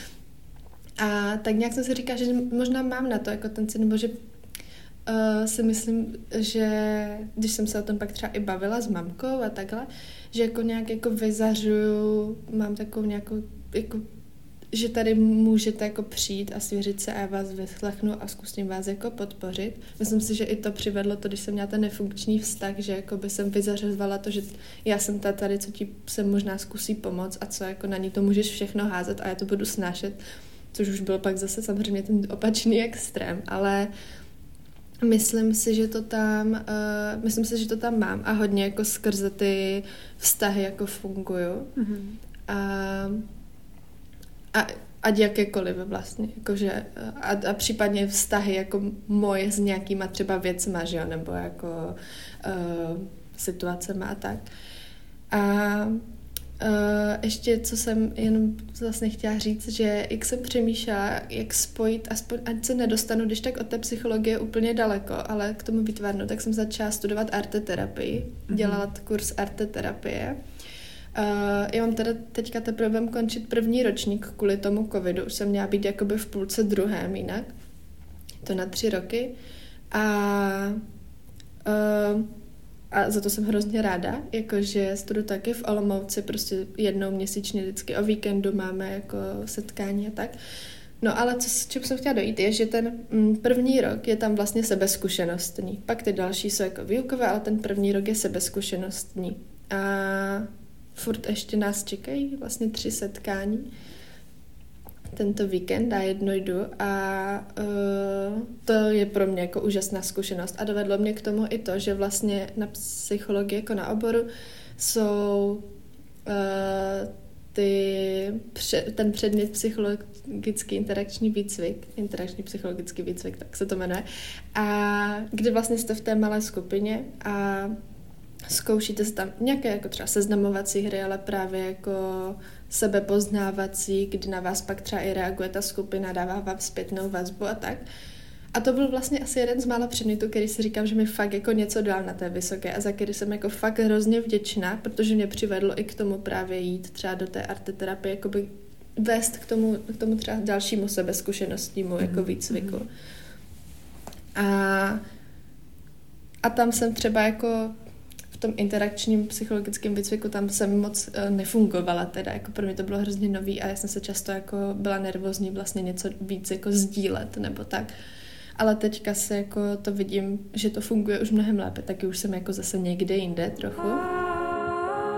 A tak nějak jsem si říkala, že možná mám na to jako ten cit, nebo že uh, si myslím, že když jsem se o tom pak třeba i bavila s mamkou a takhle, že jako nějak jako vyzařuju, mám takovou nějakou jako že tady můžete jako přijít a svěřit se a já vás vyslechnu a zkusím vás jako podpořit. Myslím si, že i to přivedlo to, když jsem měla ten nefunkční vztah, že jako by jsem vyzařovala to, že já jsem ta tady, co ti se možná zkusí pomoct a co jako na ní to můžeš všechno házet a já to budu snášet, což už byl pak zase samozřejmě ten opačný extrém, ale myslím si, že to tam uh, myslím si, že to tam mám a hodně jako skrze ty vztahy jako funguju. Mm-hmm. A A, ať jakékoliv vlastně, jakože, a, a případně vztahy jako moje s nějakýma třeba věcma, že jo, nebo jako uh, situacema a tak. A uh, ještě, co jsem jenom vlastně chtěla říct, že jak jsem přemýšlela, jak spojit, aspoň, ať se nedostanu, když tak od té psychologie úplně daleko, ale k tomu výtvarnu, tak jsem začala studovat arteterapii, mm-hmm. dělala kurz arteterapie. Uh, já mám teda teďka teprve budem končit první ročník kvůli tomu covidu. Už jsem měla být jakoby v půlce druhém jinak. To na tři roky. A, uh, a za to jsem hrozně ráda, jakože studuju taky v Olomouci, prostě jednou měsíčně vždycky o víkendu máme jako setkání a tak. No ale co, čemu jsem chtěla dojít, je, že ten mm, první rok je tam vlastně sebezkušenostní. Pak ty další jsou jako výukové, ale ten první rok je sebezkušenostní. A furt ještě nás čekají vlastně tři setkání tento víkend a jedno jdu a uh, to je pro mě jako úžasná zkušenost a dovedlo mě k tomu i to, že vlastně na psychologii jako na oboru jsou uh, ty, ten předmět psychologický interakční výcvik, interakční psychologický výcvik, tak se to jmenuje, a kdy vlastně jste v té malé skupině a zkoušíte se tam nějaké jako třeba seznamovací hry, ale právě jako sebepoznávací, kdy na vás pak třeba i reaguje ta skupina, dává vám zpětnou vazbu a tak. A to byl vlastně asi jeden z mála předmětů, který si říkám, že mi fakt jako něco dal na té vysoké a za který jsem jako fakt hrozně vděčná, protože mě přivedlo i k tomu právě jít třeba do té arteterapie, jakoby vést k tomu, k tomu třeba dalšímu sebezkušenostnímu mm-hmm. jako výcviku. A, a tam jsem třeba jako v tom interakčním psychologickém výcviku tam jsem moc uh, nefungovala teda, jako pro mě to bylo hrozně nový a já jsem se často jako byla nervózní vlastně něco víc jako sdílet nebo tak. Ale teďka se jako to vidím, že to funguje už mnohem lépe, taky už jsem jako zase někde jinde trochu.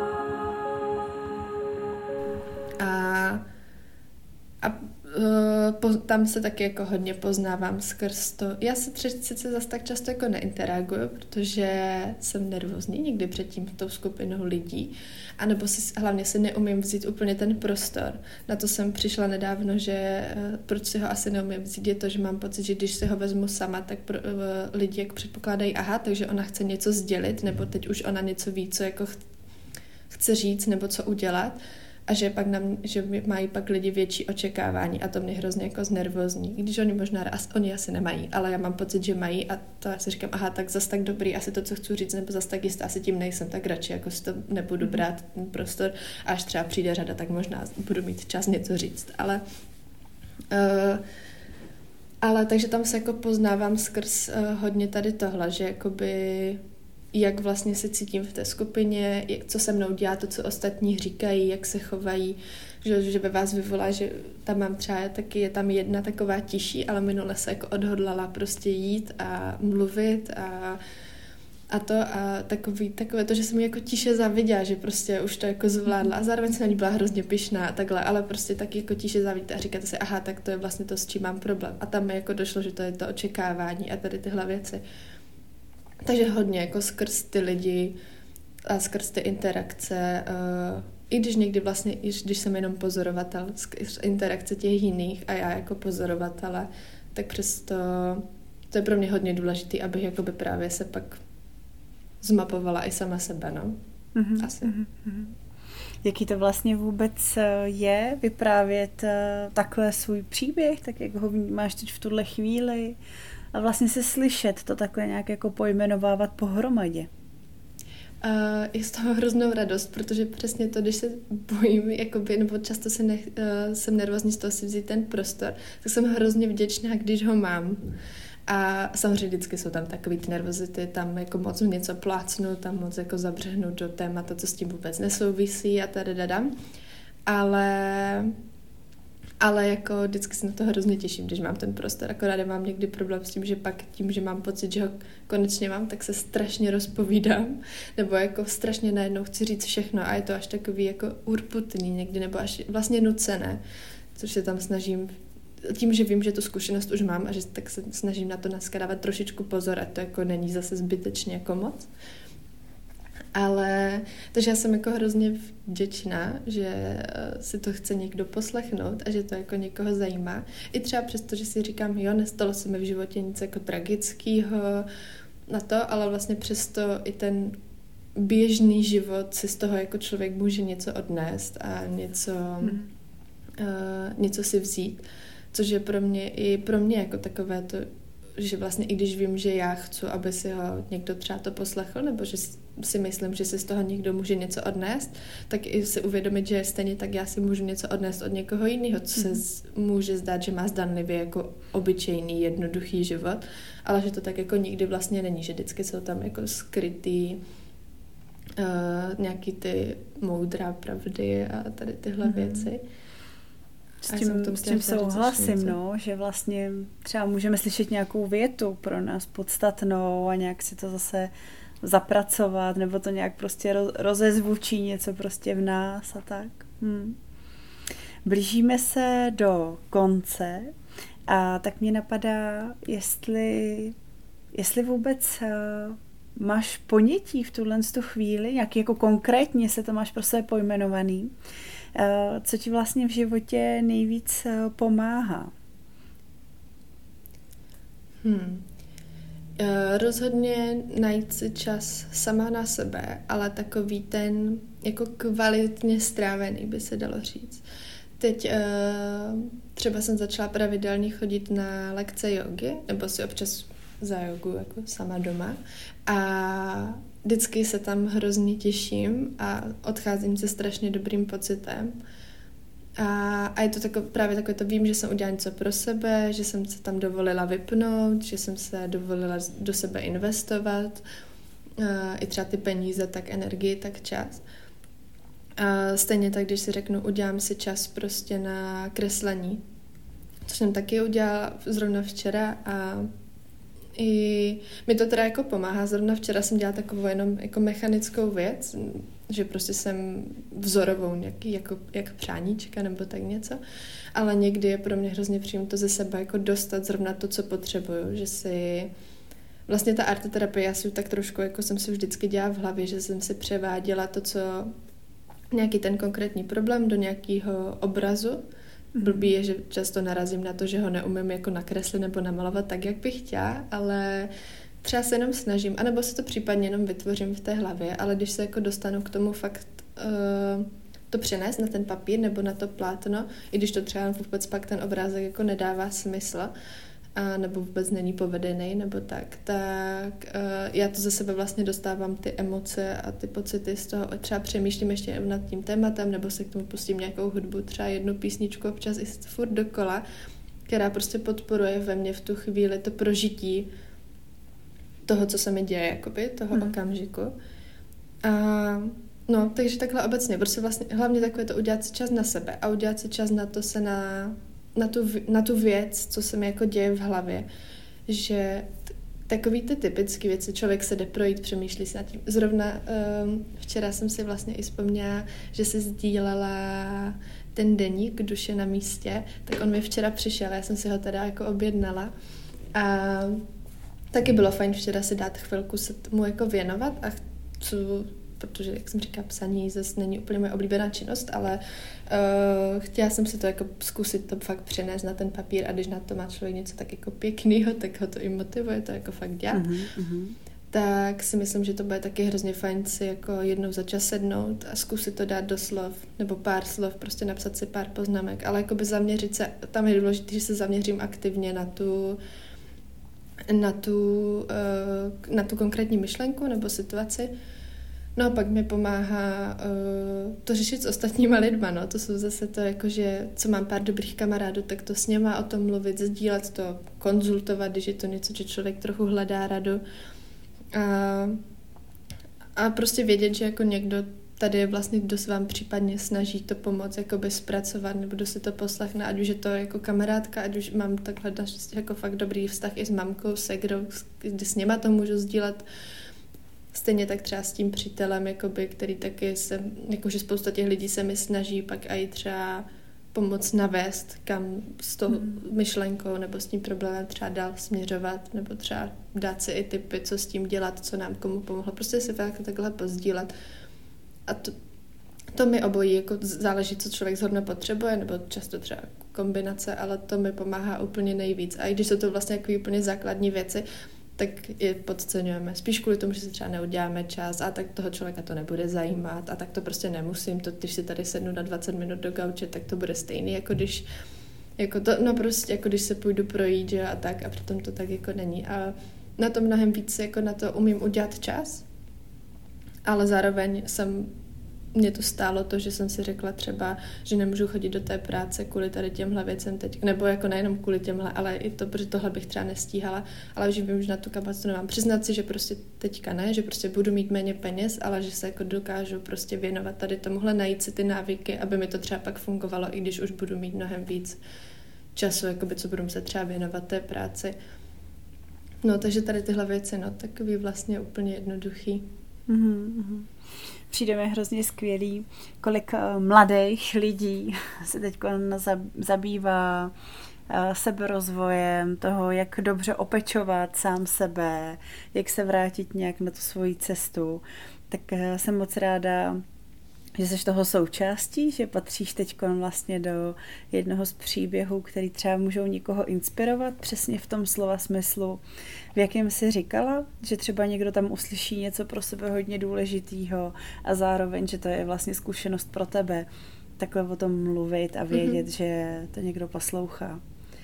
A, a uh, po, tam se taky jako hodně poznávám skrz to. Já se tři, sice zase tak často jako neinteraguju, protože jsem nervózní někdy předtím s tou skupinou lidí, anebo si hlavně si neumím vzít úplně ten prostor. Na to jsem přišla nedávno, že proč si ho asi neumím vzít, je to, že mám pocit, že když si ho vezmu sama, tak pro, lidi jako předpokládají, aha, takže ona chce něco sdělit, nebo teď už ona něco ví, co jako chce říct, nebo co udělat. A že, pak nám, že mají pak lidi větší očekávání a to mě hrozně jako znervózní. I když oni možná, oni asi nemají, ale já mám pocit, že mají a to já si říkám, aha, tak zas tak dobrý, asi to, co chci říct, nebo zas tak jistá, asi tím nejsem, tak radši jako si to nebudu brát ten prostor a až třeba přijde řada, tak možná budu mít čas něco říct. Ale, uh, ale takže tam se jako poznávám skrz uh, hodně tady tohle, že jakoby jak vlastně se cítím v té skupině, jak, co se mnou dělá, to, co ostatní říkají, jak se chovají, že, že ve vás vyvolá, že tam mám třeba taky, je tam jedna taková tiší, ale minule se jako odhodlala prostě jít a mluvit a, a to a takový, takové to, že jsem mi jako tiše zaviděla, že prostě už to jako zvládla a zároveň se na ní byla hrozně pyšná a takhle, ale prostě taky jako tiše zaviděla a říkáte si, aha, tak to je vlastně to, s čím mám problém. A tam mi jako došlo, že to je to očekávání a tady tyhle věci. Takže hodně jako skrz ty lidi a skrz ty interakce, uh, i když někdy vlastně, i když jsem jenom pozorovatel, skrz interakce těch jiných a já jako pozorovatele, tak přesto to je pro mě hodně důležité, abych jakoby právě se pak zmapovala i sama sebe, no. Mm-hmm, Asi. Mm-hmm. Jaký to vlastně vůbec je vyprávět takhle svůj příběh, tak jak ho vnímáš teď v tuhle chvíli? A vlastně se slyšet to takhle nějak jako pojmenovávat pohromadě. Uh, je z toho hroznou radost, protože přesně to, když se bojím, jakoby, nebo často se nech, uh, jsem nervózní z toho si vzít ten prostor, tak jsem hrozně vděčná, když ho mám. A samozřejmě vždycky jsou tam takový ty nervozity, tam jako moc něco plácnu, tam moc jako zabřehnu do témata, co s tím vůbec nesouvisí a tady dadam. Ale... Ale jako vždycky se na to hrozně těším, když mám ten prostor. Akorát mám někdy problém s tím, že pak tím, že mám pocit, že ho konečně mám, tak se strašně rozpovídám. Nebo jako strašně najednou chci říct všechno a je to až takový jako urputný někdy, nebo až vlastně nucené. Což se tam snažím, tím, že vím, že tu zkušenost už mám a že tak se snažím na to dneska dávat trošičku pozor, ať to jako není zase zbytečně jako moc. Ale, takže já jsem jako hrozně vděčná, že si to chce někdo poslechnout a že to jako někoho zajímá. I třeba přesto, že si říkám, jo, nestalo se mi v životě nic jako tragického na to, ale vlastně přesto i ten běžný život si z toho jako člověk může něco odnést a něco, hmm. uh, něco si vzít, což je pro mě i pro mě jako takové to, že vlastně i když vím, že já chci, aby si ho někdo třeba to poslechl, nebo že si myslím, že si z toho někdo může něco odnést, tak i si uvědomit, že stejně tak já si můžu něco odnést od někoho jiného, co se z, může zdát, že má zdanlivě jako obyčejný, jednoduchý život, ale že to tak jako nikdy vlastně není, že vždycky jsou tam jako skrytý uh, nějaký ty moudrá pravdy a tady tyhle mm. věci. S tím, s tím souhlasím, no, že vlastně třeba můžeme slyšet nějakou větu pro nás podstatnou a nějak si to zase zapracovat, nebo to nějak prostě rozezvučí něco prostě v nás a tak. Hm. Blížíme se do konce a tak mě napadá, jestli, jestli vůbec uh, máš ponětí v tuhle tu chvíli, jak jako konkrétně se to máš pro sebe pojmenovaný, co ti vlastně v životě nejvíc pomáhá? Hmm. Rozhodně najít si čas sama na sebe, ale takový ten jako kvalitně strávený, by se dalo říct. Teď třeba jsem začala pravidelně chodit na lekce jogy, nebo si občas za jogu jako sama doma a vždycky se tam hrozně těším a odcházím se strašně dobrým pocitem. A, a je to tako, právě takové to, vím, že jsem udělala něco pro sebe, že jsem se tam dovolila vypnout, že jsem se dovolila do sebe investovat. A i třeba ty peníze, tak energii, tak čas. A stejně tak, když si řeknu, udělám si čas prostě na kreslení. To jsem taky udělala zrovna včera a i mi to teda jako pomáhá. Zrovna včera jsem dělala takovou jenom jako mechanickou věc, že prostě jsem vzorovou nějaký jako, jak přáníčka nebo tak něco, ale někdy je pro mě hrozně příjemné to ze sebe jako dostat zrovna to, co potřebuju, že si vlastně ta arteterapie, já si tak trošku jako jsem si vždycky dělala v hlavě, že jsem si převáděla to, co nějaký ten konkrétní problém do nějakého obrazu. Mm-hmm. Blbý je, že často narazím na to, že ho neumím jako nakreslit nebo namalovat tak, jak bych chtěla, ale třeba se jenom snažím, anebo si to případně jenom vytvořím v té hlavě, ale když se jako dostanu k tomu fakt uh, to přenést na ten papír nebo na to plátno, i když to třeba vůbec pak ten obrázek jako nedává smysl, a nebo vůbec není povedený, nebo tak, tak uh, já to ze sebe vlastně dostávám ty emoce a ty pocity z toho, třeba přemýšlím ještě nad tím tématem, nebo se k tomu pustím nějakou hudbu, třeba jednu písničku občas i furt dokola, která prostě podporuje ve mně v tu chvíli to prožití toho, co se mi děje, jakoby, toho hmm. okamžiku. A no, takže takhle obecně, prostě vlastně hlavně takové to udělat si čas na sebe a udělat si čas na to se na Na tu, na tu věc, co se mi jako děje v hlavě, že t- takový ty typické věci, člověk se jde projít, přemýšlí si nad tím. Zrovna um, včera jsem si vlastně i vzpomněla, že se sdílela ten deník Duše na místě, tak on mi včera přišel, já jsem si ho teda jako objednala a taky bylo fajn včera si dát chvilku se mu jako věnovat a chci, protože, jak jsem říkala, psaní zase není úplně moje oblíbená činnost, ale uh, chtěla jsem si to jako zkusit to fakt přenést na ten papír a když na to má člověk něco tak jako pěknýho, tak ho to i motivuje to jako fakt dělat. Mm-hmm. Tak si myslím, že to bude taky hrozně fajn si jako jednou za čas sednout a zkusit to dát do slov, nebo pár slov, prostě napsat si pár poznámek, ale jakoby zaměřit se, tam je důležité, že se zaměřím aktivně na tu na tu, uh, na tu konkrétní myšlenku nebo situaci. No a pak mi pomáhá uh, to řešit s ostatníma lidma, no. To jsou zase to, jako, že co mám pár dobrých kamarádů, tak to s něma o tom mluvit, sdílet to, konzultovat, když je to něco, že člověk trochu hledá radu. A, a prostě vědět, že jako někdo tady je vlastně, kdo se vám případně snaží to pomoct jakoby zpracovat, nebo kdo si to poslechne, ať už je to jako kamarádka, ať už mám takhle jako fakt dobrý vztah i s mamkou, segrou, kdy s něma to můžu sdílet. Stejně tak třeba s tím přítelem, jakoby, který taky se, jakože spousta těch lidí se mi snaží pak i třeba pomoct navést, kam s tou mm. myšlenkou nebo s tím problémem třeba dál směřovat, nebo třeba dát si i tipy, co s tím dělat, co nám komu pomohlo. Prostě si fakt takhle pozdílet. A to, to mi obojí, jako záleží, co člověk zhodně potřebuje, nebo často třeba kombinace, ale to mi pomáhá úplně nejvíc. A i když jsou to vlastně takové úplně základní věci, tak je podceňujeme. Spíš kvůli tomu, že si třeba neuděláme čas a tak toho člověka to nebude zajímat a tak to prostě nemusím. To, když si tady sednu na dvacet minut do gauče, tak to bude stejný, jako když jako to, no prostě, jako když se půjdu projít, že a tak a přitom to tak jako není. A na to mnohem víc, jako na to umím udělat čas, ale zároveň jsem mě to stálo to, že jsem si řekla třeba, že nemůžu chodit do té práce kvůli tady těmhle věcem teď, nebo jako nejenom kvůli těmhle, ale i to, protože tohle bych třeba nestíhala, ale že vím, že na tu kapacitu nemám. Přiznat si, že prostě teďka ne, že prostě budu mít méně peněz, ale že se jako dokážu prostě věnovat tady tomuhle, najít si ty návyky, aby mi to třeba pak fungovalo, i když už budu mít mnohem víc času, jakoby, co budu se třeba věnovat té práci. No, takže tady tyhle věci, no, takový vlastně úplně jednoduchý. Mm-hmm. Přijde mi hrozně skvělý, kolik mladých lidí se teď zabývá seberozvojem, toho, jak dobře opečovat sám sebe, jak se vrátit nějak na tu svoji cestu. Tak jsem moc ráda, že jsi toho součástí, že patříš teď vlastně do jednoho z příběhů, který třeba můžou někoho inspirovat, přesně v tom slova smyslu, v jakém jsi říkala, že třeba někdo tam uslyší něco pro sebe hodně důležitýho a zároveň, že to je vlastně zkušenost pro tebe, takhle o tom mluvit a vědět, mm-hmm. že to někdo poslouchá.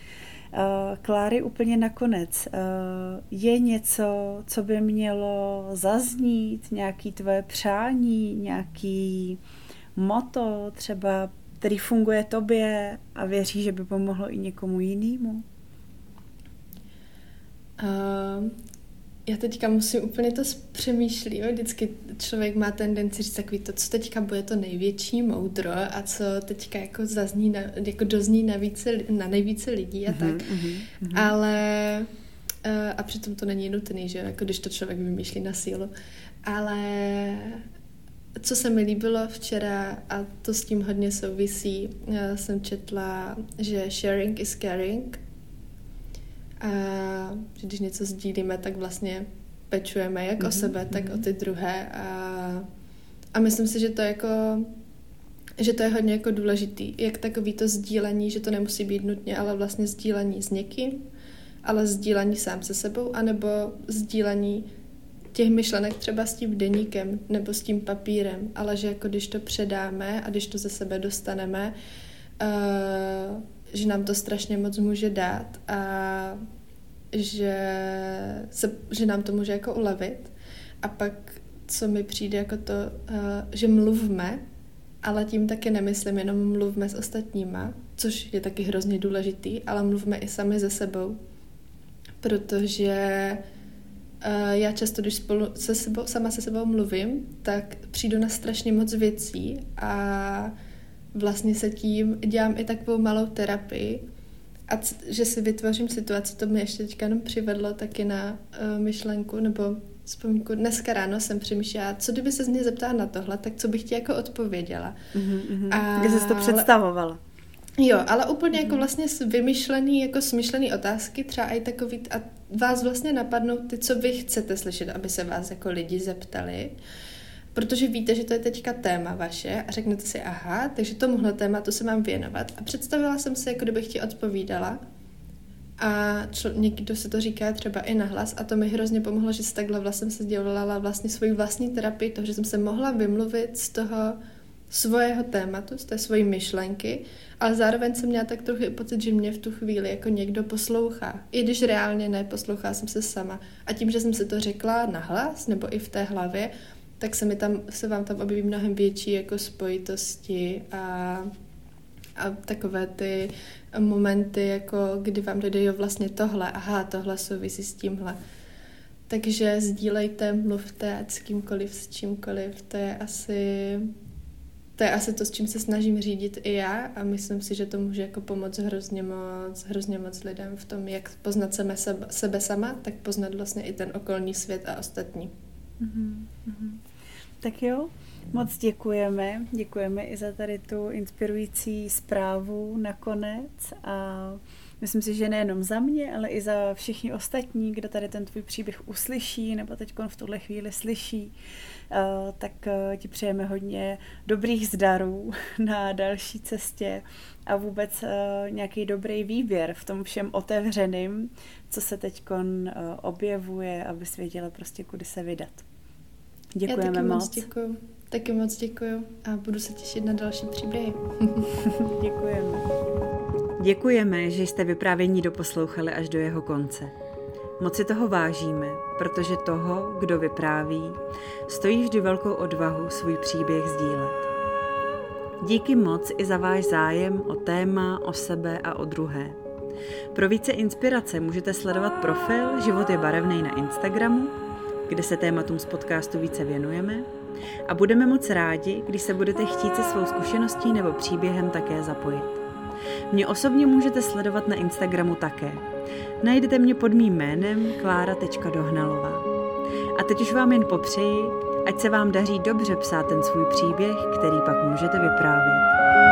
Kláry, úplně nakonec, je něco, co by mělo zaznít, nějaké tvoje přání, nějaký motto třeba, který funguje tobě a věří, že by pomohlo i někomu jinému? Uh, já teďka musím úplně to přemýšlet. Vždycky člověk má tendenci říct takový to, co teďka bude to největší moudro a co teďka jako zazní, na, jako dozní na, více, na nejvíce lidí a tak. Mm-hmm, mm-hmm. Ale a přitom to není nutný, že jako když to člověk vymýšlí na sílu. Ale co se mi líbilo včera, a to s tím hodně souvisí, jsem četla, že sharing is caring. A že když něco sdílíme, tak vlastně pečujeme jak mm-hmm. o sebe, tak mm-hmm. o ty druhé. A, a myslím si, že to jako že to je hodně jako důležitý. Jak takový to sdílení, že to nemusí být nutně, ale vlastně sdílení s někým, ale sdílení sám se sebou, anebo sdílení těch myšlenek třeba s tím deníkem nebo s tím papírem, ale že jako když to předáme a když to ze sebe dostaneme, uh, že nám to strašně moc může dát a že, se, že nám to může jako ulevit. A pak, co mi přijde jako to, uh, že mluvme, ale tím taky nemyslím jenom mluvme s ostatníma, což je taky hrozně důležitý, ale mluvme i sami ze sebou. Protože uh, já často, když spolu se sebou, sama se sebou mluvím, tak přijdu na strašně moc věcí a vlastně se tím dělám i takovou malou terapii. A c- že si vytvořím situaci, to mi ještě teďka jenom přivedlo taky na uh, myšlenku, nebo vzpomínku. Dneska ráno jsem přemýšlela, co kdyby se z mě zeptala na tohle, tak co bych ti jako odpověděla. Mm-hmm, a... Kde jsi to představovala? Jo, ale úplně mm-hmm. jako vlastně vymyšlený, jako smyšlený otázky, třeba i takový, a vás vlastně napadnou ty, co vy chcete slyšet, aby se vás jako lidi zeptali. Protože víte, že to je teďka téma vaše a řeknete si, aha, takže tomuhle tématu se mám věnovat. A představila jsem si, jako kdybych ti odpovídala. A čl- někdo se to říká třeba i nahlas a to mi hrozně pomohlo, že se takhle vlastně se dělala vlastně svoji vlastní terapii, toho, že jsem se mohla vymluvit z toho svého tématu, z té svojí myšlenky, ale zároveň jsem měla tak trochu pocit, že mě v tu chvíli jako někdo poslouchá. I když reálně ne, poslouchá jsem se sama. A tím, že jsem si to řekla nahlas nebo i v té hlavě, tak se mi tam, se vám tam objeví mnohem větší jako spojitosti a, a takové ty momenty, jako kdy vám dojde, jo, vlastně tohle, aha, tohle souvisí s tímhle. Takže sdílejte, mluvte, ať s kýmkoliv, s čímkoliv, to je asi to je asi to, s čím se snažím řídit i já a myslím si, že to může jako pomoct hrozně moc, hrozně moc lidem v tom, jak poznat sebe, sebe sama, tak poznat vlastně i ten okolní svět a ostatní. Mm-hmm. Tak jo, moc děkujeme. Děkujeme i za tady tu inspirující zprávu nakonec a myslím si, že nejenom za mě, ale i za všichni ostatní, kdo tady ten tvůj příběh uslyší nebo teď v tuhle chvíli slyší, tak ti přejeme hodně dobrých zdarů na další cestě a vůbec nějaký dobrý výběr v tom všem otevřeným, co se teď objevuje, aby věděla prostě, kudy se vydat. Děkujeme Já taky moc. moc děkuju. Taky moc děkuju a budu se těšit na další příběhy. Děkujeme. Děkujeme, že jste vyprávění doposlouchali až do jeho konce. Moc si toho vážíme, protože toho, kdo vypráví, stojí vždy velkou odvahu svůj příběh sdílet. Díky moc i za váš zájem o téma, o sebe a o druhé. Pro více inspirace můžete sledovat profil Život je barevnej na Instagramu, kde se tématům z podcastu více věnujeme a budeme moc rádi, když se budete chtít se svou zkušeností nebo příběhem také zapojit. Mě osobně můžete sledovat na Instagramu také. Najdete mě pod mým jménem klára tečka dohnalová. A teď už vám jen popřeji, ať se vám daří dobře psát ten svůj příběh, který pak můžete vyprávět.